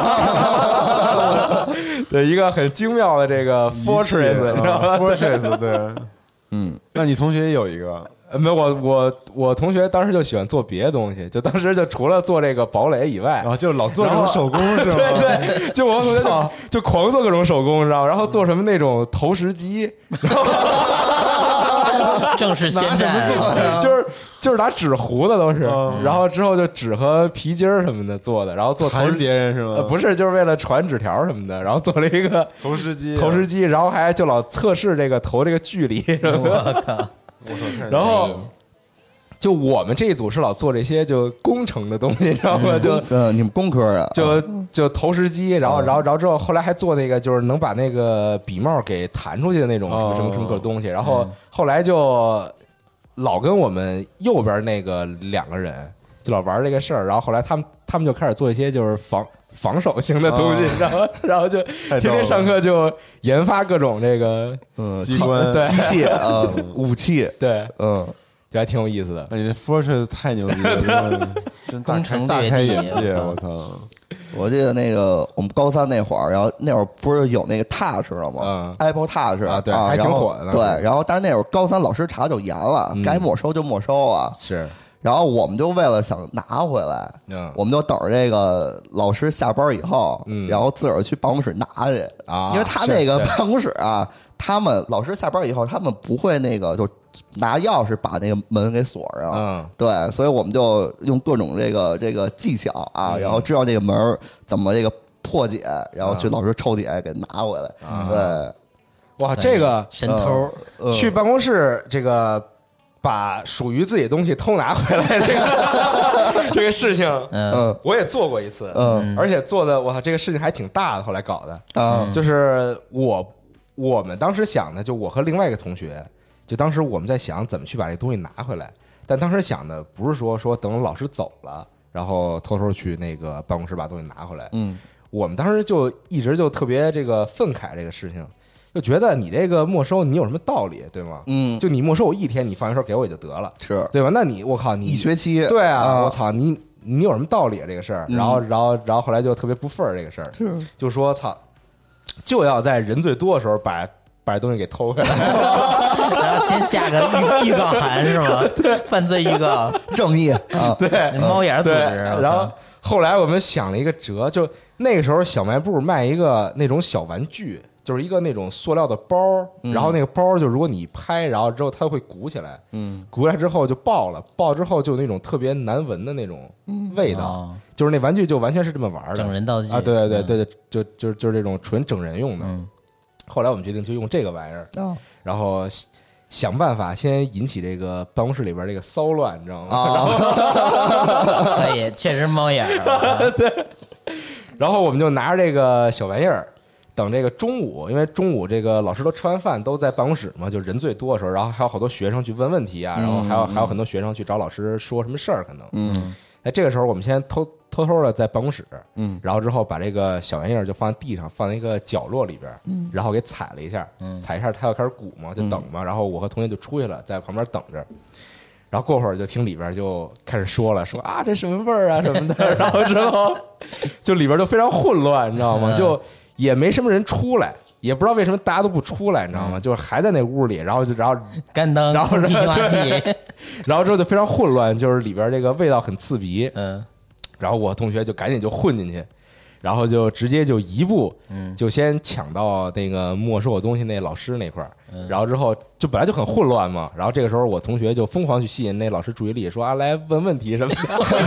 对，一个很精妙的这个 Fortress， 你知道吗 ？Fortress， 对，那你同学也有一个？ 没有，我同学当时就喜欢做别的东西，就当时就除了做这个堡垒以外， 然后就老做这种手工是吗？ 对，就我同学就狂做各种手工，你知道吗？然后做什么那种投石机， 正是现在， 就是拿纸糊的都是，然后之后就纸和皮筋什么的做的，然后做传别人是吗？ 不是，就是为了传纸条什么的，然后做了一个投石机， 然后还就老测试这个投这个距离什么的。 我靠！ 然后就我们这一组是老做这些就工程的东西，你知道吗？就你们工科啊， 就投石机，然后之后后来还做那个就是能把那个笔帽给弹出去的那种什么各种东西，然后后来就老跟我们右边那个2个人就老玩这个事儿，然后后来他们就开始做一些就是防守性的东西，然后就天天上课就研发各种这个机关、 对机械啊、武器， 对， 就还挺有意思的。 那你那 Fortress 太牛逼了，真大开眼界！我操！ 我记得那个我们高3那会儿，然后那会儿不是有那个 Touch 了吗？Apple Touch 啊，对，还挺火的。 对，然后但是那会儿高3老师查就严了，该没收就没收啊。 是。 然后我们就为了想拿回来，我们就等着这个老师下班以后，然后自个儿去办公室拿去啊， 因为他那个办公室啊，他们老师下班以后，他们不会那个就拿钥匙把那个门给锁上，对，所以我们就用各种这个技巧啊，然后知道这个门怎么这个破解，然后去老师抽屉给拿回来，对， 哇，这个神偷去办公室这个。把属于自己的东西偷拿回来，这个事情，我也做过一次，而且做的，我操，这个事情还挺大的。后来搞的，就是我们当时想的，就我和另外一个同学，就当时我们在想怎么去把这东西拿回来，但当时想的不是说等老师走了，然后偷偷去那个办公室把东西拿回来。我们当时就一直就特别这个愤慨这个事情。就觉得你这个没收你有什么道理，对吗？就你没收我1天，你放一收给我也就得了， 是对吧？那你我靠，你 1学期， 对啊，我操，你有什么道理啊？这个事儿，然后后来就特别不忿儿这个事儿，就说操，就要在人最多的时候把东西给偷回来， 然后先下个预告函是吗？对，犯罪预告， 正义啊， 对， 猫眼组织。 然后后来我们想了一个辙，就那个时候小卖部卖一个那种小玩具。就是一个那种塑料的包，然后那个包就如果你拍，然后之后它会鼓起来，鼓起来之后就爆了，爆之后就有那种特别难闻的那种味道，就是那玩具就完全是这么玩的， 整人道具啊，对，就是这种纯整人用的。后来我们决定就用这个玩意儿，然后想办法先引起这个办公室里边这个骚乱，你知道吗？然后可以，确实猫眼儿， 对，然后我们就拿着这个小玩意儿。等这个中午，因为中午这个老师都吃完饭都在办公室嘛，就人最多的时候，然后还有好多学生去问问题啊，然后还有很多学生去找老师说什么事儿，可能，那这个时候我们先偷偷的在办公室，然后之后把这个小玩意儿就放在地上，放在一个角落里边，然后给踩了一下，踩一下它要开始鼓嘛，就等嘛，然后我和同学就出去了，在旁边等着。然后过会儿就听里边就开始说了，说啊这什么味儿啊什么的，然后之后就里边就非常混乱，你知道吗？就也没什么人出来，也不知道为什么大家都不出来，你知道吗？就是还在那屋里，然后干灯， 然后叽叽呱唧， 然后之后就非常混乱，就是里边这个味道很刺鼻，然后我同学就赶紧就混进去，然后就直接就一步，就先抢到那个没收我东西那老师那块儿，然后之后就本来就很混乱嘛，然后这个时候我同学就疯狂去吸引那老师注意力，说啊来问题什么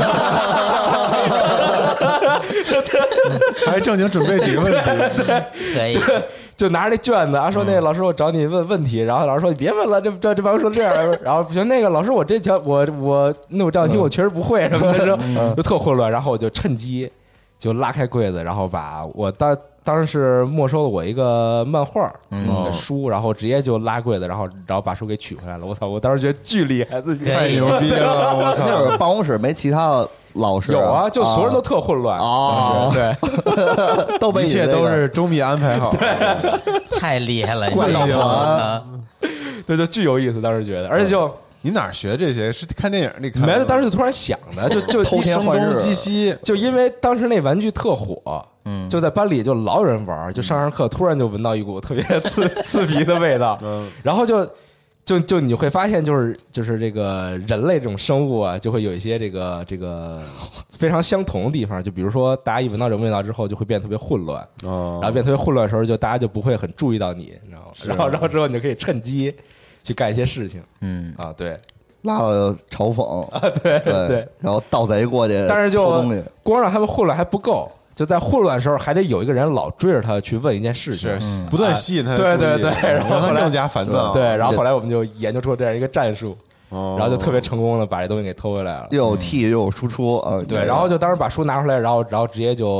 的， 还正经准备几个问题， 对， 就拿着那卷子啊，说那个老师我找你问题，然后老师说你别问了，这办公室这样，然后不行，那个老师我这条我这道题我确实不会什么的，就特混乱，然后我就趁机就拉开柜子，然后把我当时是没收了我一个漫画书，然后直接就拉柜子，然后把书给取回来了。我操！我当时觉得巨厉害，自己太牛逼了！我操！ 那会儿办公室没其他的老师， 有啊，就所有人都特混乱啊， 对， 都被一切都是周密安排好， 太厉害了， 怪老团， 对，就巨有意思，当时觉得，而且就。 你哪学这些？是看电影里看的？ 没有，当时就突然想的，就偷天换日， 击西， 就因为当时那玩具特火，就在班里就老有人玩，就上课突然就闻到一股特别刺鼻的味道，然后就你会发现，就是这个人类这种生物啊，就会有一些这个非常相同的地方，就比如说大家一闻到这种味道之后，就会变得特别混乱，然后变特别混乱的时候，就大家就不会很注意到你，你知道吗？然后之后你就可以趁机。去干一些事情，对， 拉到嘲讽啊，对， 然后盗贼过去， 但是就光让他们混乱还不够，就在混乱的时候还得有一然老追着他去问一件事情， 不断吸引他， 对，然后他更加烦躁， 对，然后后来我们就研究出这样一个战术，然后就特别成功的把这东西给偷回来了， 又有替又有输出啊， 对，然后就当时把书拿出来，然后直接就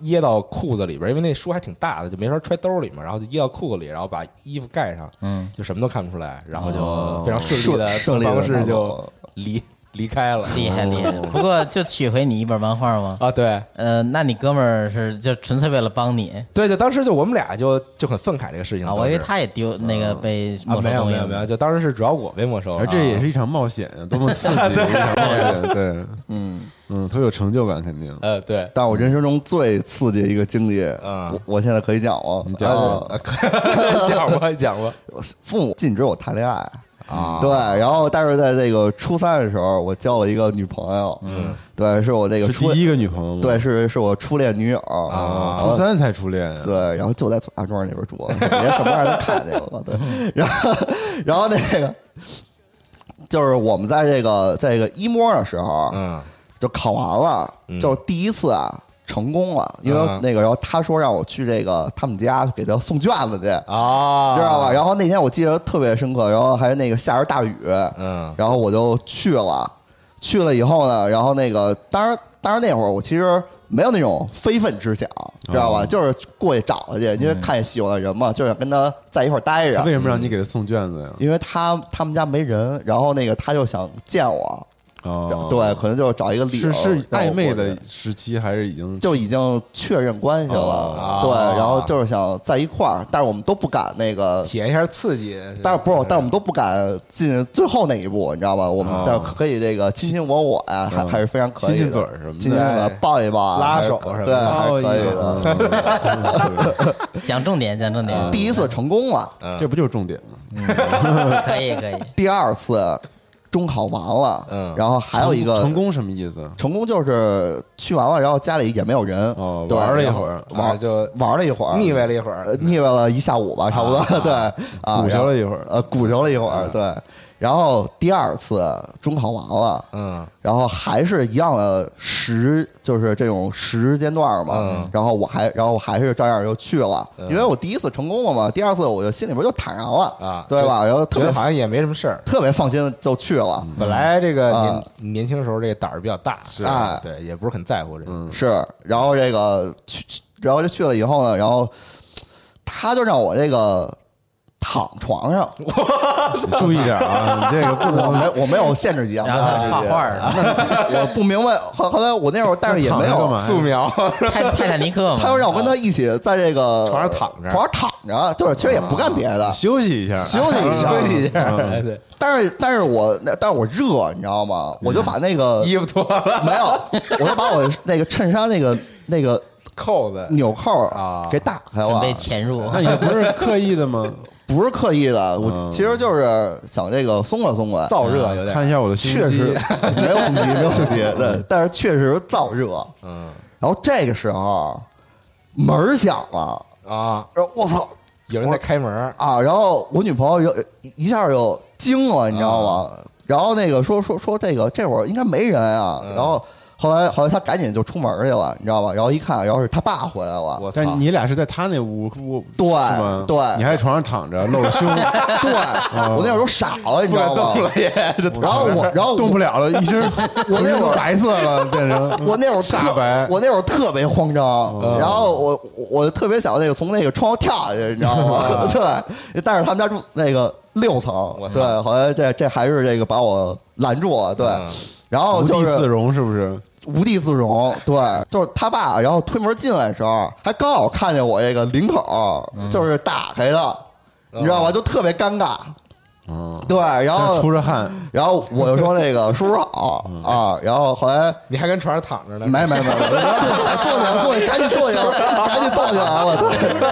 掖到裤子里边，因为那书还挺大的，就没法揣兜里嘛，然后就掖到裤子里，然后把衣服盖上，就什么都看不出来，然后就非常顺利的方式就离开了， 厉害。不过就取回你一本漫画吗？ 啊，对， 那你哥们儿是就纯粹为了帮你？ 对，就当时就我们俩就很愤慨这个事情啊，我以为他也丢那个被没有，就当时是主要我被没收， 而这也是一场冒险，多么刺激的一场冒险，对，特有成就感，肯定， 对。 但我人生中最刺激的一个经历，我现在可以讲吗？ 你讲讲吧。 父母禁止我谈恋爱。对，然后但是在这个初三的时候，我交了一个女朋友，对，是我这个第一个女朋友， 对，是我初恋女友初三才初恋， 对，然后就在左家庄那边住，别什么让人看见我，对，然后那个就是我们在这个一模的时候，就考完了，就第一次成功了，因为那个，然后他说让我去这个他们家给他送卷子去啊，知道吧？然后那天我记得特别深刻，然后还那个下着大雨，然后我就去了以后呢，然后那个当然那会儿我其实没有那种非分之想，知道吧？就是过去找他去，因为看见喜欢的人嘛，就想跟他在一块儿待着。 为什么让你给他送卷子呀？ 因为他们家没人，然后那个他就想见我。对，可能就是找一个理由。 是暧昧的时期，还是已经确认关系了？对，然后就是想在一块儿，但是我们都不敢那个体验一下刺激。 但我们都不敢进最后那一步，你知道吧？我们但可以这个亲亲我呀，还是非常可以的。 亲亲嘴什么的， 亲亲嘴，抱一抱， 拉手什么的， 对，还是可以的。讲重点。 第一次成功了， 这不就是重点吗？ 可以。 第二次。中考完了，然后还有一个成功什么意思？ 成功就是去完了，然后家里也没有人， 玩了一会儿， 玩了一会儿， 腻歪了一会儿， 腻歪了一下午吧，差不多，对， 鼓球了一会儿， 鼓球了一会儿，对。然后第二次中考完了，然后还是一样的就是这种时间段嘛，然后我还是照样又去了，因为我第一次成功了嘛，第二次我就心里边就坦然了对吧？然后特别好像也没什么事儿， 特别放心就去了。 本来这个年轻时候这个胆儿比较大， 对， 也不是很在乎这个， 是。然后这个然后就去了以后呢，然后他就让我这个。躺床上， 注意点啊！你这个不能， 我没有限制级啊。 然后他画画的， 我不明白。后来我那会儿，但是也没有素描， 泰坦尼克嘛。 他又让我跟他一起在这个床上躺着，就是其实也不干别的， 休息一下。 对。 但是我热，你知道吗？我就把那个衣服脱了， 没有，我就把我那个衬衫那个扣子纽扣给打开了， 准备潜入。 那也不是刻意的吗？ 不是刻意的，我其实就是想这个松快， 燥热有点。 看一下我的胸肌， 确实没有胸肌，对，但是确实燥热。然后这个时候门响了啊， 然后我操， 有人在开门啊，然后我女朋友一下就惊了，你知道吗？然后那个说这会儿应该没人啊，然后。后来他赶紧就出门去了，你知道吧？然后一看，然后是他爸回来了。 但你俩是在他那屋， 对吗？ 对， 你还在床上躺着，露着胸。 对，我那会儿都傻了，你知道吗？然后动不了了，一身我那会儿白色了，变成我那会儿煞白， 我那会儿特别慌张，然后我特别想那个从那个窗户跳下去，你知道吗？对，但是他们家住那个6层，对，后来这还是这个把我拦住了，对，然后就是无地自容，是不是？ 无地自容，对，就是他爸，然后推门进来的时候，还刚好看见我这个领口就是打开的，你知道吧？就特别尴尬，对，然后出着汗， 然后我就说那个叔叔好啊，然后后来你还跟床上躺着呢， 没，坐下，赶紧坐下来了，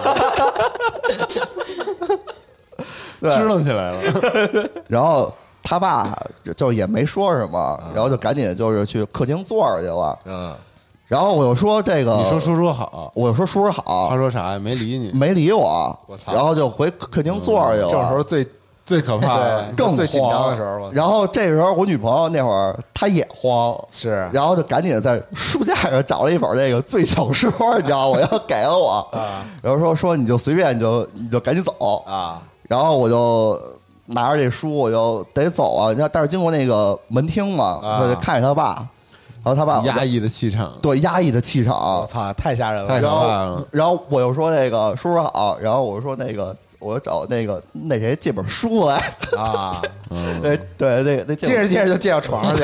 对， 支棱起来了， 然后。他爸就也没说什么，然后就赶紧就是去客厅坐着去了。然后我就说这个， 你说叔叔好， 我就说叔叔好。 他说啥呀？没理你， 没理我。然后就回客厅坐着去了。 这时候最可怕的， 更最紧张的时候。 然后这时候我女朋友那会儿她也慌， 是， 然后就赶紧在书架上找了一本那个最小说，你知道吗？要给了我，然后说你就随便，你就赶紧走啊。 然后我就。拿着这书我就得走啊，但是经过那个门厅嘛，我就看着他爸， 然后他爸压抑的气场， 对压抑的气场， 我操，太吓人了！ 太可怕了。 然后我又说那个叔叔好，然后我说那个我找那谁借本书来啊， 对，那借着就借到床上去。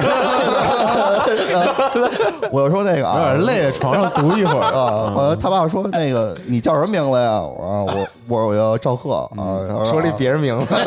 我就说那个有点累，床上读一会儿啊。他爸说那个你叫什么名字呀？我叫赵贺啊。 说了别人名字。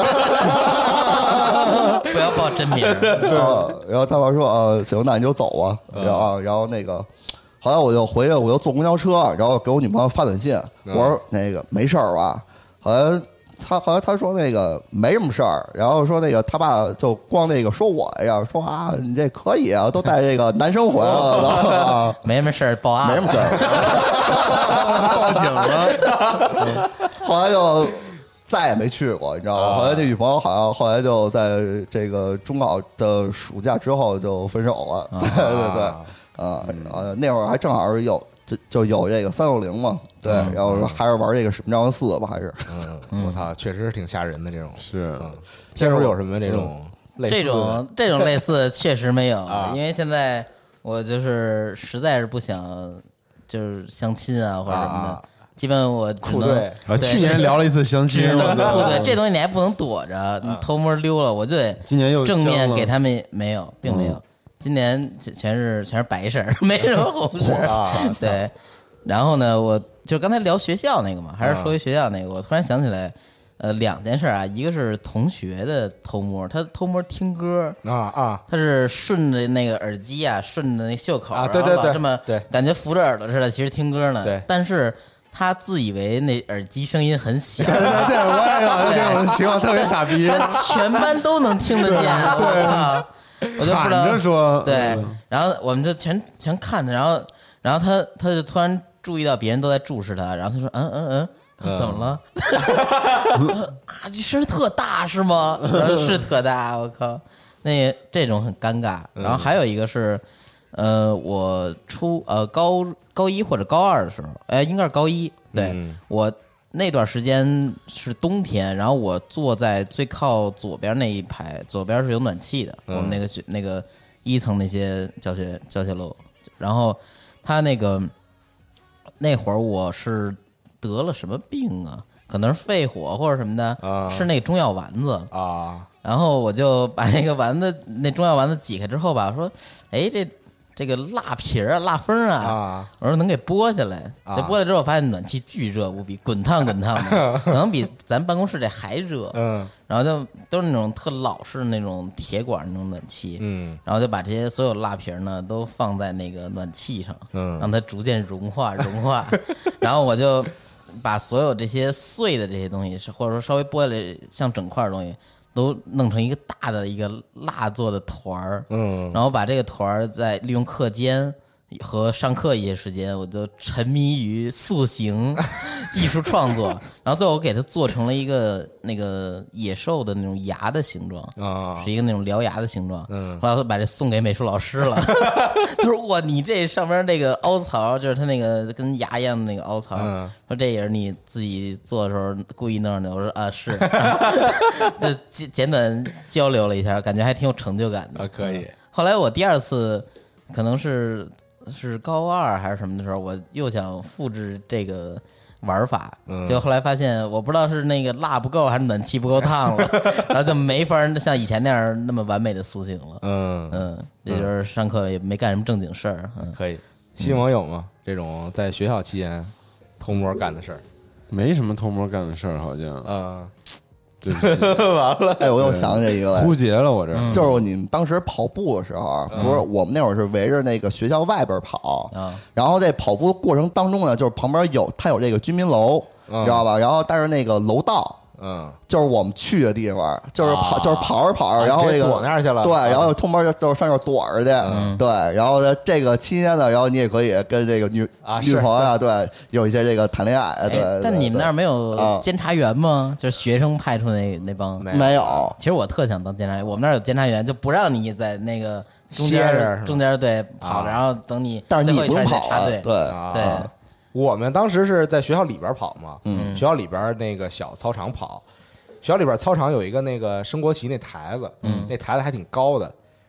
不要报真名。 然后他爸说行，那你就走啊。然后那个后来我就回去，我就坐公交车，然后给我女朋友发短信，我说那个没事儿吧？后来他说那个没什么事儿，然后说那个他爸就光那个说我呀，说啊你这可以啊，都带这个男生回来了， 没什么事儿报案， 没什么事儿， 报警了。 后来就再也没去过，你知道吗？后来这女朋友好像后来就在这个中考的暑假之后就分手了，对，那会儿还正好是就有这个360嘛，对，然后还是玩这个使命召唤4吧，还是， 我操，确实挺吓人的这种。 是， 这会儿有什么这种类似的？ 这种类似确实没有，因为现在我就是实在是不想就是相亲啊或者什么的。基本我酷队去年聊了一次相亲， 酷队这东西你还不能躲着，你偷摸溜了，我就得今年又正面给他们没有，并没有。今年全是白事儿，没什么红事儿。对，然后呢，我就刚才聊学校那个嘛，还是说回学校那个，我突然想起来，两件事啊，一个是同学的偷摸，他偷摸听歌他是顺着那个耳机啊，顺着那袖口对， 这么感觉扶着耳朵似的，其实听歌呢。 对， 但是他自以为那耳机声音很小， 对，我也有这种情况，特别傻逼， 全班都能听得见，我就不知道着说， 对，然後我们就全看他，然后他就突然注意到别人都在注视他，然后他说怎么了？啊，这声特大是吗？是特大，我靠，这种很尴尬。然后还有一个是，我高一或者高二的时候，应该是高一，对，我。那段时间是冬天，然后我坐在最靠左边那一排，左边是有暖气的，我们那个1层那些教学楼，然后他那会儿我是得了什么病啊？可能是肺火或者什么的，是那个中药丸子啊， 然后我就把那个中药丸子挤开之后吧，我说，哎这个辣皮儿啊，辣风啊，我说能给剥下来。这剥下来之后，我发现暖气巨热无比，滚烫的，可能比咱办公室这还热。然后就都是那种特老式的那种铁管那种暖气。然后就把这些所有辣皮儿呢都放在那个暖气上，让它逐渐融化。然后我就把所有这些碎的这些东西，或者说稍微剥下来像整块的东西。都弄成一个大的一个蜡做的团儿，然后把这个团儿再利用课间和上课一些时间，我就沉迷于塑形艺术创作，然后最后我给它做成了一个那个野兽的那种牙的形状是一个那种獠牙的形状。后来我把这送给美术老师了，他说哇，你这上边那个凹槽，就是他那个跟牙一样的那个凹槽，说这也是你自己做的时候故意弄上的。我说啊是，就简短交流了一下，感觉还挺有成就感的。 可以。 后来我第二次可能是高二还是什么的时候，我又想复制这个玩法，结果后来发现我不知道是那个蜡不够还是暖气不够烫了，然后就没法像以前那样那么完美的塑形了。这就是上课也没干什么正经事儿。 可以。新网友吗？这种在学校期间偷摸干的事儿， 没什么偷摸干的事儿，好像。对不起， 完了！ 哎，我又想起一个来， 枯竭了，我这就是你们当时跑步的时候，不是我们那会儿是围着那个学校外边跑，然后这跑步的过程当中呢，就是旁边它有这个居民楼，知道吧？然后但是那个楼道。就是我们去的地方，就是跑着，然后这个躲那儿去了， 对，然后偷摸就上这躲着去，对，然后呢，这个期间呢，然后你也可以跟这个女朋友啊，对，有一些这个谈恋爱，对。 但你们那儿没有监察员吗？就是学生派出那帮没有。 其实我特想当监察员，我们那儿有监察员，就不让你在那个中间对跑着，然后等你， 但是你不用跑啊，对。 我们当时是在学校里边跑嘛，学校里边那个小操场跑，学校里边操场有一个那个升国旗那台子，那台子还挺高的，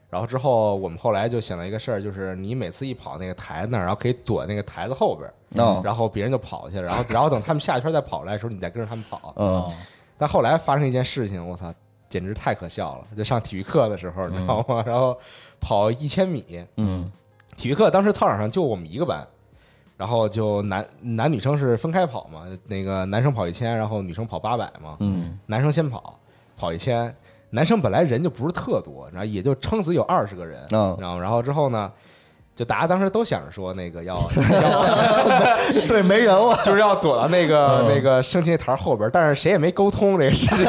然后之后我们后来就想到一个事儿，就是你每次一跑那个台子那儿，然后可以躲那个台子后边，然后别人就跑去，然后等他们下一圈再跑来的时候，你再跟着他们跑。但后来发生一件事情，我操，简直太可笑了！就上体育课的时候，你知道吗？然后跑1000米，体育课当时操场上就我们一个班，然后就男女生是分开跑嘛，那个男生跑1000，然后女生跑800嘛，男生先跑1000。男生本来人就不是特多，然后也就撑死有20个人，然后之后呢，就大家当时都想着说那个要对，没人了， 就是要躲到那个升旗那台后边，但是谁也没沟通这个事情，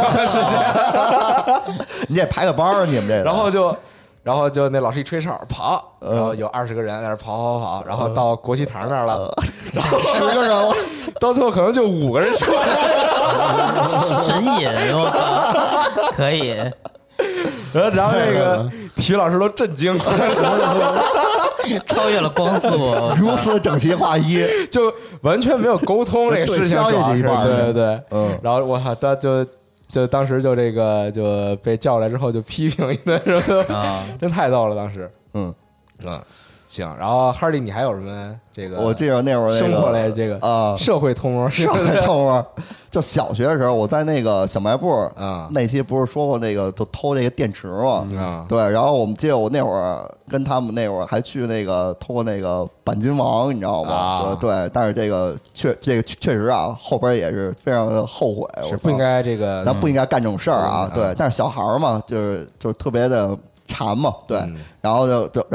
你得排个班儿，你们这个， 然后就那老师一吹哨跑，然后有20个人在那跑，然后到国旗台那儿了，然后 10个人了， 到最后可能就5个人出来了， 神隐，我靠，可以。 然后那个体育老师都震惊了， 超越了光速， 如此整齐划一， 就完全没有沟通这个事情，对，然后我操，他就当时就这个就被叫来之后就批评一顿，真太逗了，当时，行，然后哈利，你还有什么这个？ 我记得那会儿生活类这个社会偷摸， 社会偷摸。就小学的时候，我在那个小卖部那期不是说过那个就偷这个电池嘛？对，然后我们记得我那会儿跟他们那会儿还去那个偷过那个钣金王，你知道吗？对，但是这个确实啊，后边也是非常的后悔， 是不应该这个， 咱不应该干这种事儿啊。对，但是小孩嘛，就是特别的馋嘛，对，然后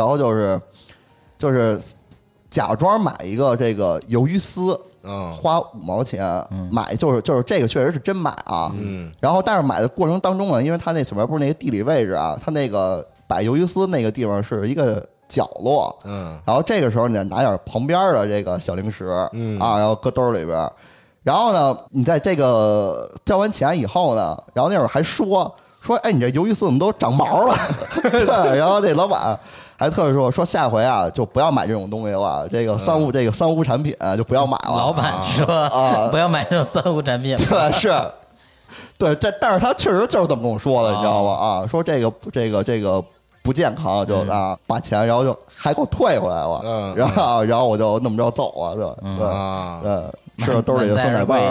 就是假装买一个这个鱿鱼丝，花5毛钱买，就是这个确实是真买啊，然后但是买的过程当中呢，因为他那小卖部那个地理位置啊，他那个摆鱿鱼丝那个地方是一个角落，然后这个时候你拿点旁边的这个小零食，然后搁兜里边，然后呢，你在这个交完钱以后呢，然后那会儿还说，哎，你这鱿鱼丝怎么都长毛了？对，然后那老板还特别说下回啊就不要买这种东西了，这个三无产品就不要买了。 老板说不要买这种三无产品。 对，是，对，但是他确实就是这么跟我说的，你知道吗？说这个不健康，就把钱，然后就还给我退回来了，然后我就那么着走了，对，吃了兜里的酸奶棒。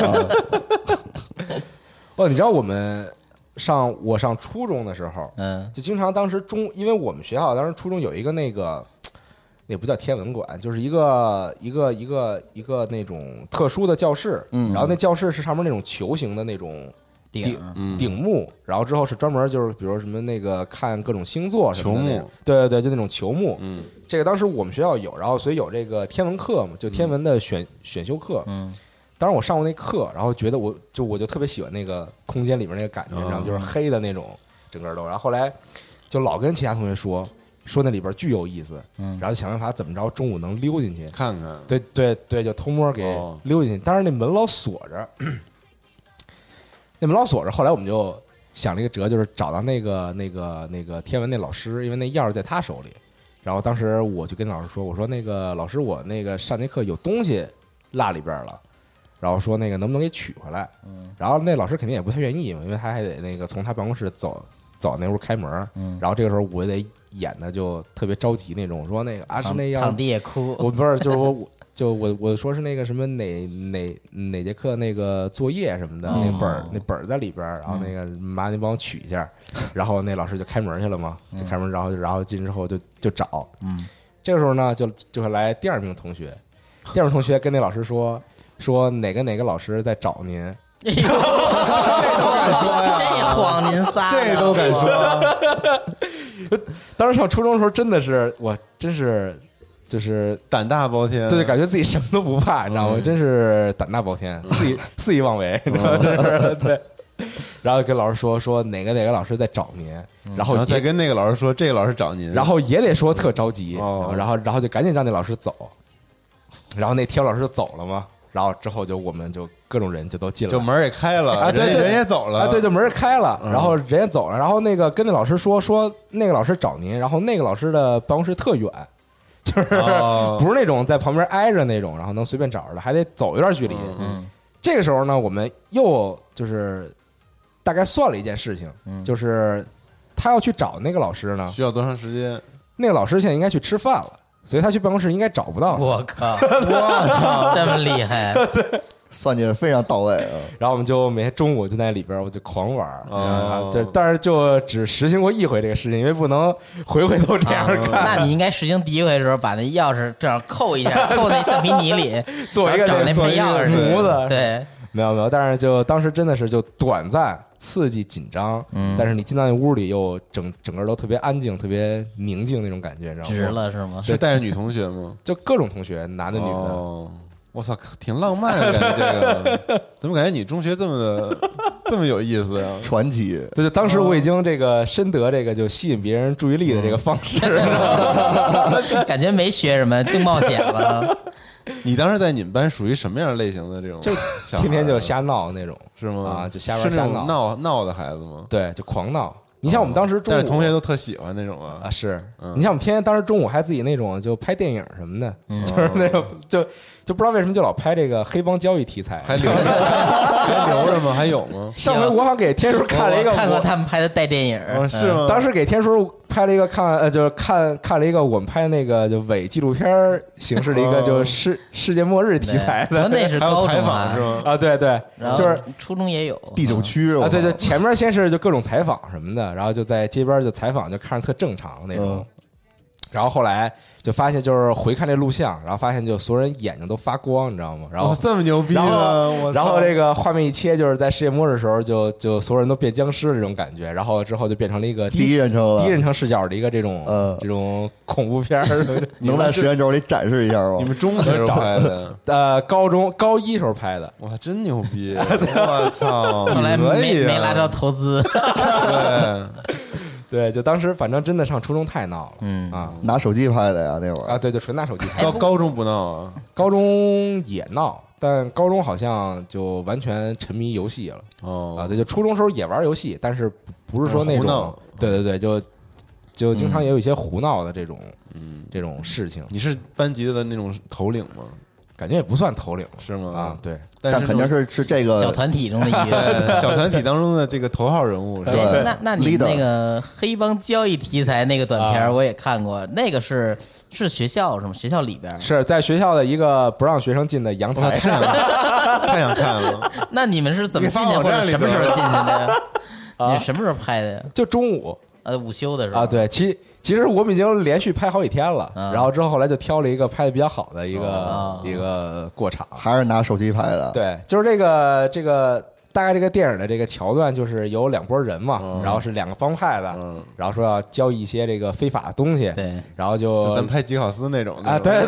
你知道我上初中的时候，就经常当时因为我们学校当时初中有一个那不叫天文馆，就是一个那种特殊的教室，然后那教室是上面那种球形的那种顶幕，然后之后是专门就是比如什么那个看各种星座什么的球幕，对，就那种球幕，这个当时我们学校有，然后所以有这个天文课嘛，就天文的选修课，当时我上过那课，然后觉得我就特别喜欢那个空间里面那个感觉，然后就是黑的那种整个都，然后后来就老跟其他同学说那里边巨有意思，然后想办法怎么着中午能溜进去看看， 对，就偷摸给溜进去，但是那门老锁着，后来我们就想了一个辙，就是找到那个天文那老师，因为那钥匙在他手里，然后当时我就跟老师说，我说那个老师，我那个上节课有东西落里边了。然后说那个能不能给取回来？然后那老师肯定也不太愿意嘛，因为他还得那个从他办公室走那屋开门。然后这个时候我得演的就特别着急那种，说那个是那样躺地也哭。 我不是，就是我说是那个什么哪节课那个作业什么的，那本在里边，然后那个麻烦您帮我取一下。然后那老师就开门去了嘛，就开门，然后进之后就找。这个时候呢，就会来第二名同学跟那老师说哪个老师在找您？ 哎呦，这都敢说呀！这谎您仨， 这都敢说。 当时上初中的时候，真的是就是胆大包天， 对，感觉自己什么都不怕，你知道吗？真是胆大包天，肆意妄为，你知道吗？对。然后跟老师说哪个老师在找您，然后再跟那个老师说这个老师找您， 然后也得说特着急，然后就赶紧让那老师走，然后那天老师就走了嘛。然后之后我们就各种人就都进来， 就门也开了啊，对，人也走了啊， 对，就门也开了，然后人也走了，然后那个跟那老师说那个老师找您，然后那个老师的办公室特远，就是不是那种在旁边挨着那种，然后能随便找着的，还得走一段距离。这个时候呢，我们又就是大概算了一件事情，就是他要去找那个老师呢， 需要多长时间？ 那个老师现在应该去吃饭了，所以他去办公室应该找不到。 我靠！我操，这么厉害！ 对，算计的非常到位啊。 然后我们就每天中午就在里边我就狂玩但是就只实行过一回这个事情，因为不能回回都这样干。 那你应该实行第一回的时候，把那钥匙正好扣一下，扣那橡皮泥里， 做一个找那配钥匙模子。 对， 没有，但是就当时真的是就短暂。刺激紧张，但是你进到那屋里又整个都特别安静、特别宁静那种感觉，知道吗？ 值了是吗？ 是带着女同学吗？ 就各种同学，男的女的。 哦，我操，挺浪漫的感觉。这个怎么感觉你中学这么有意思呀？ 传奇。 对，就当时我已经这个深得这个就吸引别人注意力的这个方式， 感觉没学什么就冒险了。 你当时在你们班属于什么样类型的这种？ 就天天就瞎闹那种， 是吗？ 啊，就瞎玩瞎闹的孩子吗？ 对，就狂闹。你像我们当时中午， 但是同学都特喜欢那种啊。 是你像我们天天当时中午还自己那种就拍电影什么的，就是那种就不知道为什么就老拍这个黑帮交易题材， 还留着吗？还有吗？ 上回我好像给天叔看了一个， 看过他们拍的带电影， 是吗？ 当时给天叔拍了一个就是看了一个我们拍的那个就伪纪录片形式的一个就是世界末日题材的， 那是高中采访是吗？ 啊，对，就是初中也有第9区啊，对，前面先是就各种采访什么的，然后就在街边就采访，就看着特正常那种。然后后来就发现，就是回看这录像，然后发现就所有人眼睛都发光，你知道吗？然后这么牛逼呢！ 然后这个画面一切，就是在世界末日的时候，就所有人都变僵尸这种感觉。然后之后就变成了一个第一人称视角的一个这种恐怖片。 能在时间轴里展示一下吗？ 你们中学时候拍的？ 高一时候拍的。 哇，真牛逼！我操！ 后来没拉着投资。 对，就当时反正真的上初中太闹了， 拿手机拍的呀那会儿啊，对，就纯拿手机拍。 高中不闹啊， 高中也闹，但高中好像就完全沉迷游戏了。对，就初中时候也玩游戏，但是不是说那种，对，就经常也有一些胡闹的这种事情。 你是班级的那种头领吗？ 感觉也不算头领， 是吗？ 啊，对， 但肯定是这个小团体中的一个小团体当中的这个头号人物。 对，那你那个黑帮交易题材那个短片我也看过，那个是学校是吗？学校里边是在学校的一个不让学生进的阳台， 太想看了。 那你们是怎么进的，或者什么时候进去的？你是什么时候拍的呀？ 就中午。 午休的时候啊，对，其实我们已经连续拍好几天了，然后之后后来就挑了一个拍的比较好的一个过场， 还是拿手机拍的。 对，就是这个大概这个电影的这个桥段，就是有2拨人嘛，然后是2个帮派的，然后说要交易一些这个非法的东西， 对， 然后就咱拍吉考斯那种啊，对。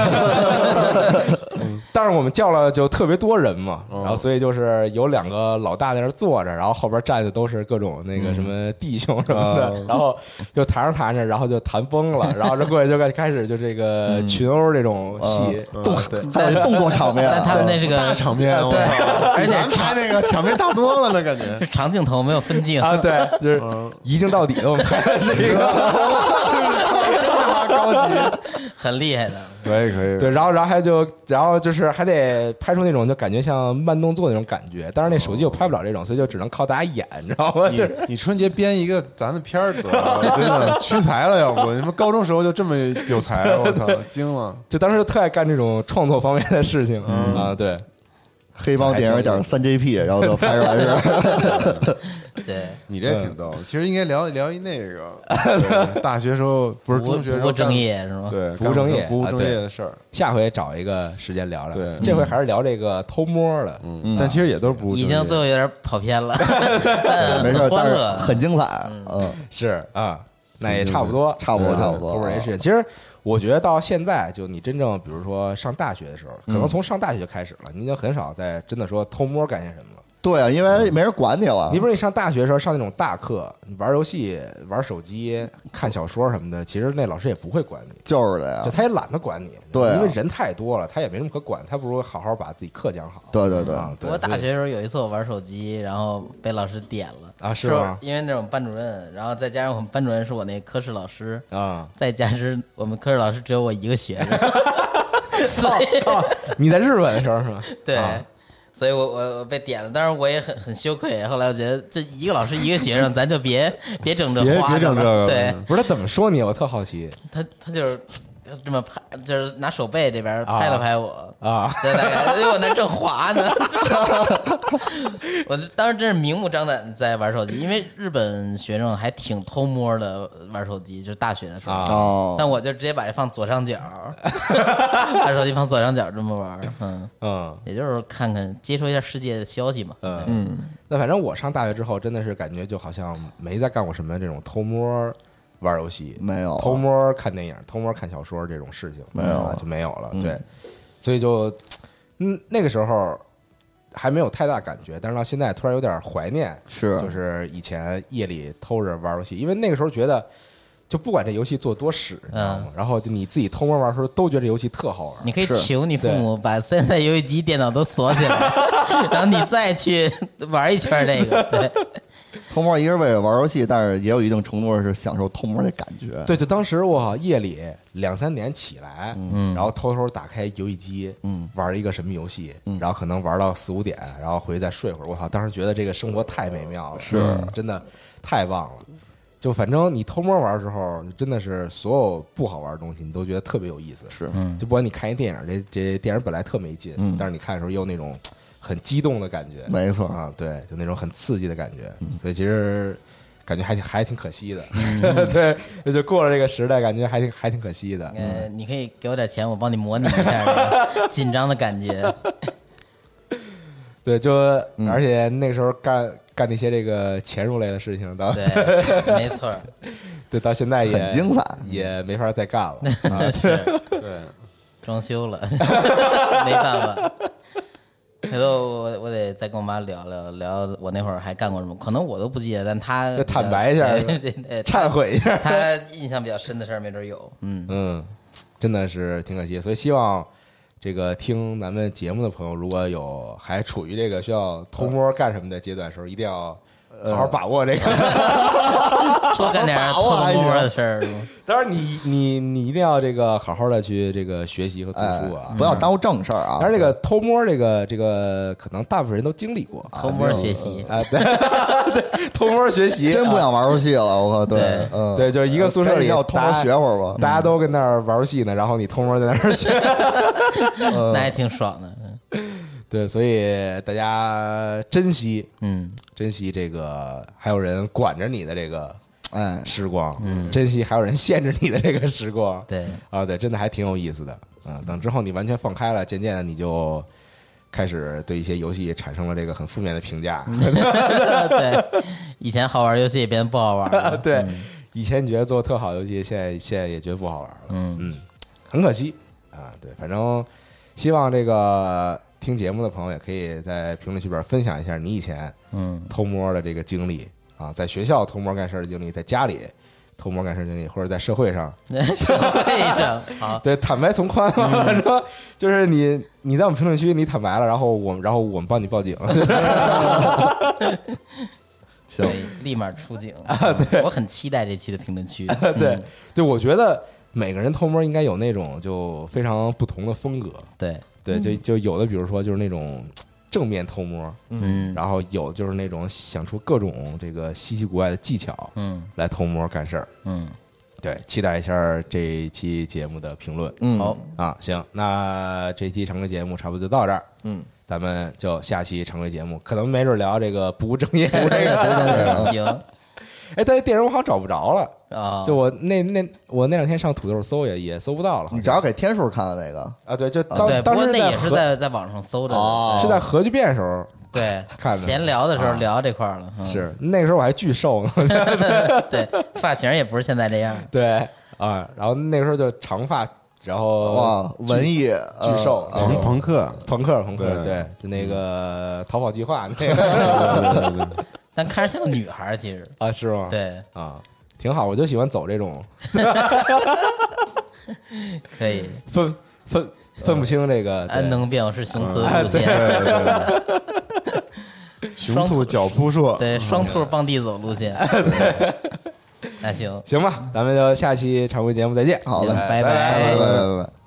但是我们叫了就特别多人嘛，然后所以就是有2个老大在那坐着，然后后边站的都是各种那个什么弟兄什么的，然后就谈着，然后就谈崩了，然后这过去就开始就这个群殴这种戏， 还有动作场面， 但他们那是个大场面， 对，而且拍那个场面大多了，那感觉是长镜头没有分镜啊，对，就是一镜到底的，我们拍的是一个高级， 很厉害的。 可以对，然后就是还得拍出那种就感觉像慢动作那种感觉，但是那手机又拍不了这种，所以就只能靠大家演，你知道吗？ 你春节编一个咱的片儿得了，真的屈才了，要不你们高中时候就这么有才，我操，惊了！ 就当时就特爱干这种创作方面的事情啊，对。 黑帮电影点3GP，然后就拍出来是。 对， 你这挺逗。其实应该聊一那个大学时候，不是中学时候不务正业是吗？ 对， 不务正业的事儿。 下回找一个时间聊聊。 对， 这回还是聊这个偷摸的。 但其实也都是不务正业。 已经最后有点跑偏了， 没事， 欢乐， 很精彩。 是啊，那也差不多。 偷摸这事情，其实。我觉得到现在，就你真正比如说上大学的时候，可能从上大学就开始了，你已经很少再真的说偷摸干些什么了。 对啊，因为没人管你了。 你不是你上大学的时候上那种大课，你玩游戏、玩手机、看小说什么的，其实那老师也不会管你。 就是的呀， 就他也懒得管你。 对， 因为人太多了，他也没什么可管，他不如好好把自己课讲好。 对。 不过大学的时候有一次我玩手机，然后被老师点了啊，是吗？ 因为那种班主任，然后再加上我们班主任是我那科室老师啊， 再加上我们科室老师只有我一个学生。 你在日本的时候是吧？ 对。 所以我被点了，当然我也很羞愧。后来我觉得这一个老师一个学生，咱就别整这花， 别整这个， 对， 不是他怎么说你？我特好奇。 他就是这么拍，就是拿手背这边拍了拍我啊， 对，大概因为我那正滑呢。我当时真是明目张胆在玩手机，因为日本学生还挺偷摸的玩手机，就是大学的时候。 哦， 但我就直接把这放左上角，把手机放左上角这么玩，也就是看看接收一下世界的消息嘛。 那反正我上大学之后，真的是感觉就好像没再干过什么这种偷摸玩游戏， 没有偷摸看电影、偷摸看小说这种事情， 没有就没有了。对，所以就那个时候还没有太大感觉，但是到现在突然有点怀念，就是以前夜里偷着玩游戏，因为那个时候觉得。就不管这游戏做多屎，然后就你自己偷摸玩的时候，都觉得这游戏特好玩。 你可以求你父母把现在游戏机、电脑都锁起来，然后你再去玩一圈这个。对， 偷摸一个是为了玩游戏，但是也有一定程度是享受偷摸的感觉。 对，就当时我夜里2、3点起来，然后偷偷打开游戏机，玩一个什么游戏，然后可能玩到4、5点，然后回去再睡会儿。我操，当时觉得这个生活太美妙了， 是真的太棒了。就反正你偷摸玩的时候，真的是所有不好玩的东西，你都觉得特别有意思。 是， 就不管你看一电影，这电影本来特没劲，但是你看的时候又有那种很激动的感觉。 没错啊，对，就那种很刺激的感觉。所以其实感觉还挺可惜的。对，就过了这个时代，感觉还挺可惜的。 你可以给我点钱，我帮你模拟一下这个紧张的感觉。 对，就而且那个时候干那些这个潜入类的事情， 对，没错， 对，到现在也很精彩， 也没法再干了。 是， 对， 装修了，没办法。回头我得再跟我妈聊我那会儿还干过什么，可能我都不记得，但她就坦白一下，忏悔一下， 她印象比较深的事儿没准有。 真的是挺可惜，所以希望。这个听咱们节目的朋友，如果有还处于这个需要偷摸干什么的阶段的时候，一定要好好把握这个， 多干点偷摸的事儿。 当然你一定要这个好好的去这个学习和读书啊， 不要耽误正事儿啊。 但是这个偷摸这个可能大部分人都经历过， 偷摸学习啊，对，偷摸学习， 真不想玩游戏了，我靠，对， 对，就是一个宿舍里要偷摸学会儿吧， 大家都跟那儿玩游戏呢，然后你偷摸在那儿学， 那还挺爽的。 对，所以大家珍惜这个还有人管着你的这个时光，珍惜还有人限制你的这个时光， 对啊，对，真的还挺有意思的，等之后你完全放开了，渐渐的你就开始对一些游戏产生了这个很负面的评价， 对，以前好玩游戏也变得不好玩了， 对，以前你觉得做特好游戏，现在也觉得不好玩了，很可惜啊，对，反正希望这个。听节目的朋友也可以在评论区边分享一下你以前偷摸的这个经历啊，在学校偷摸干事的经历，在家里偷摸干事经历，或者在社会上， 好， 对，坦白从宽嘛，反正就是你在我们评论区你坦白了，然后我们帮你报警， 行， 立马出警啊！对， 我很期待这期的评论区， 对，我觉得每个人偷摸应该有那种就非常不同的风格，对，就有的，比如说就是那种正面偷摸，然后有就是那种想出各种这个稀奇古怪的技巧，来偷摸干事儿，对，期待一下这一期节目的评论， 好啊，行，那这期常规节目差不多就到这儿，咱们就下期常规节目可能没准聊这个不务正业， 行。 哎，但是电影我好像找不着了啊！ 就我那2天上土豆搜也搜不到了。 你只要给天数看的那个啊，对，就对， 当时那也是在网上搜的， 是在核聚变时候对看的。 闲聊的时候聊这块了， 是那个时候我还巨瘦呢， 对，发型也不是现在这样。 对啊，然后那个时候就长发，然后哇，文艺巨瘦， 朋克， 对，就那个逃跑计划那个。 但看着像个女孩，其实啊，是吗？ 对啊，挺好，我就喜欢走这种， 可以分不清这个安能辨我是雄雌路线， 雄兔脚扑朔， 对，双兔傍地走路线。那行吧，咱们就下期常规节目再见。 好嘞， 拜拜。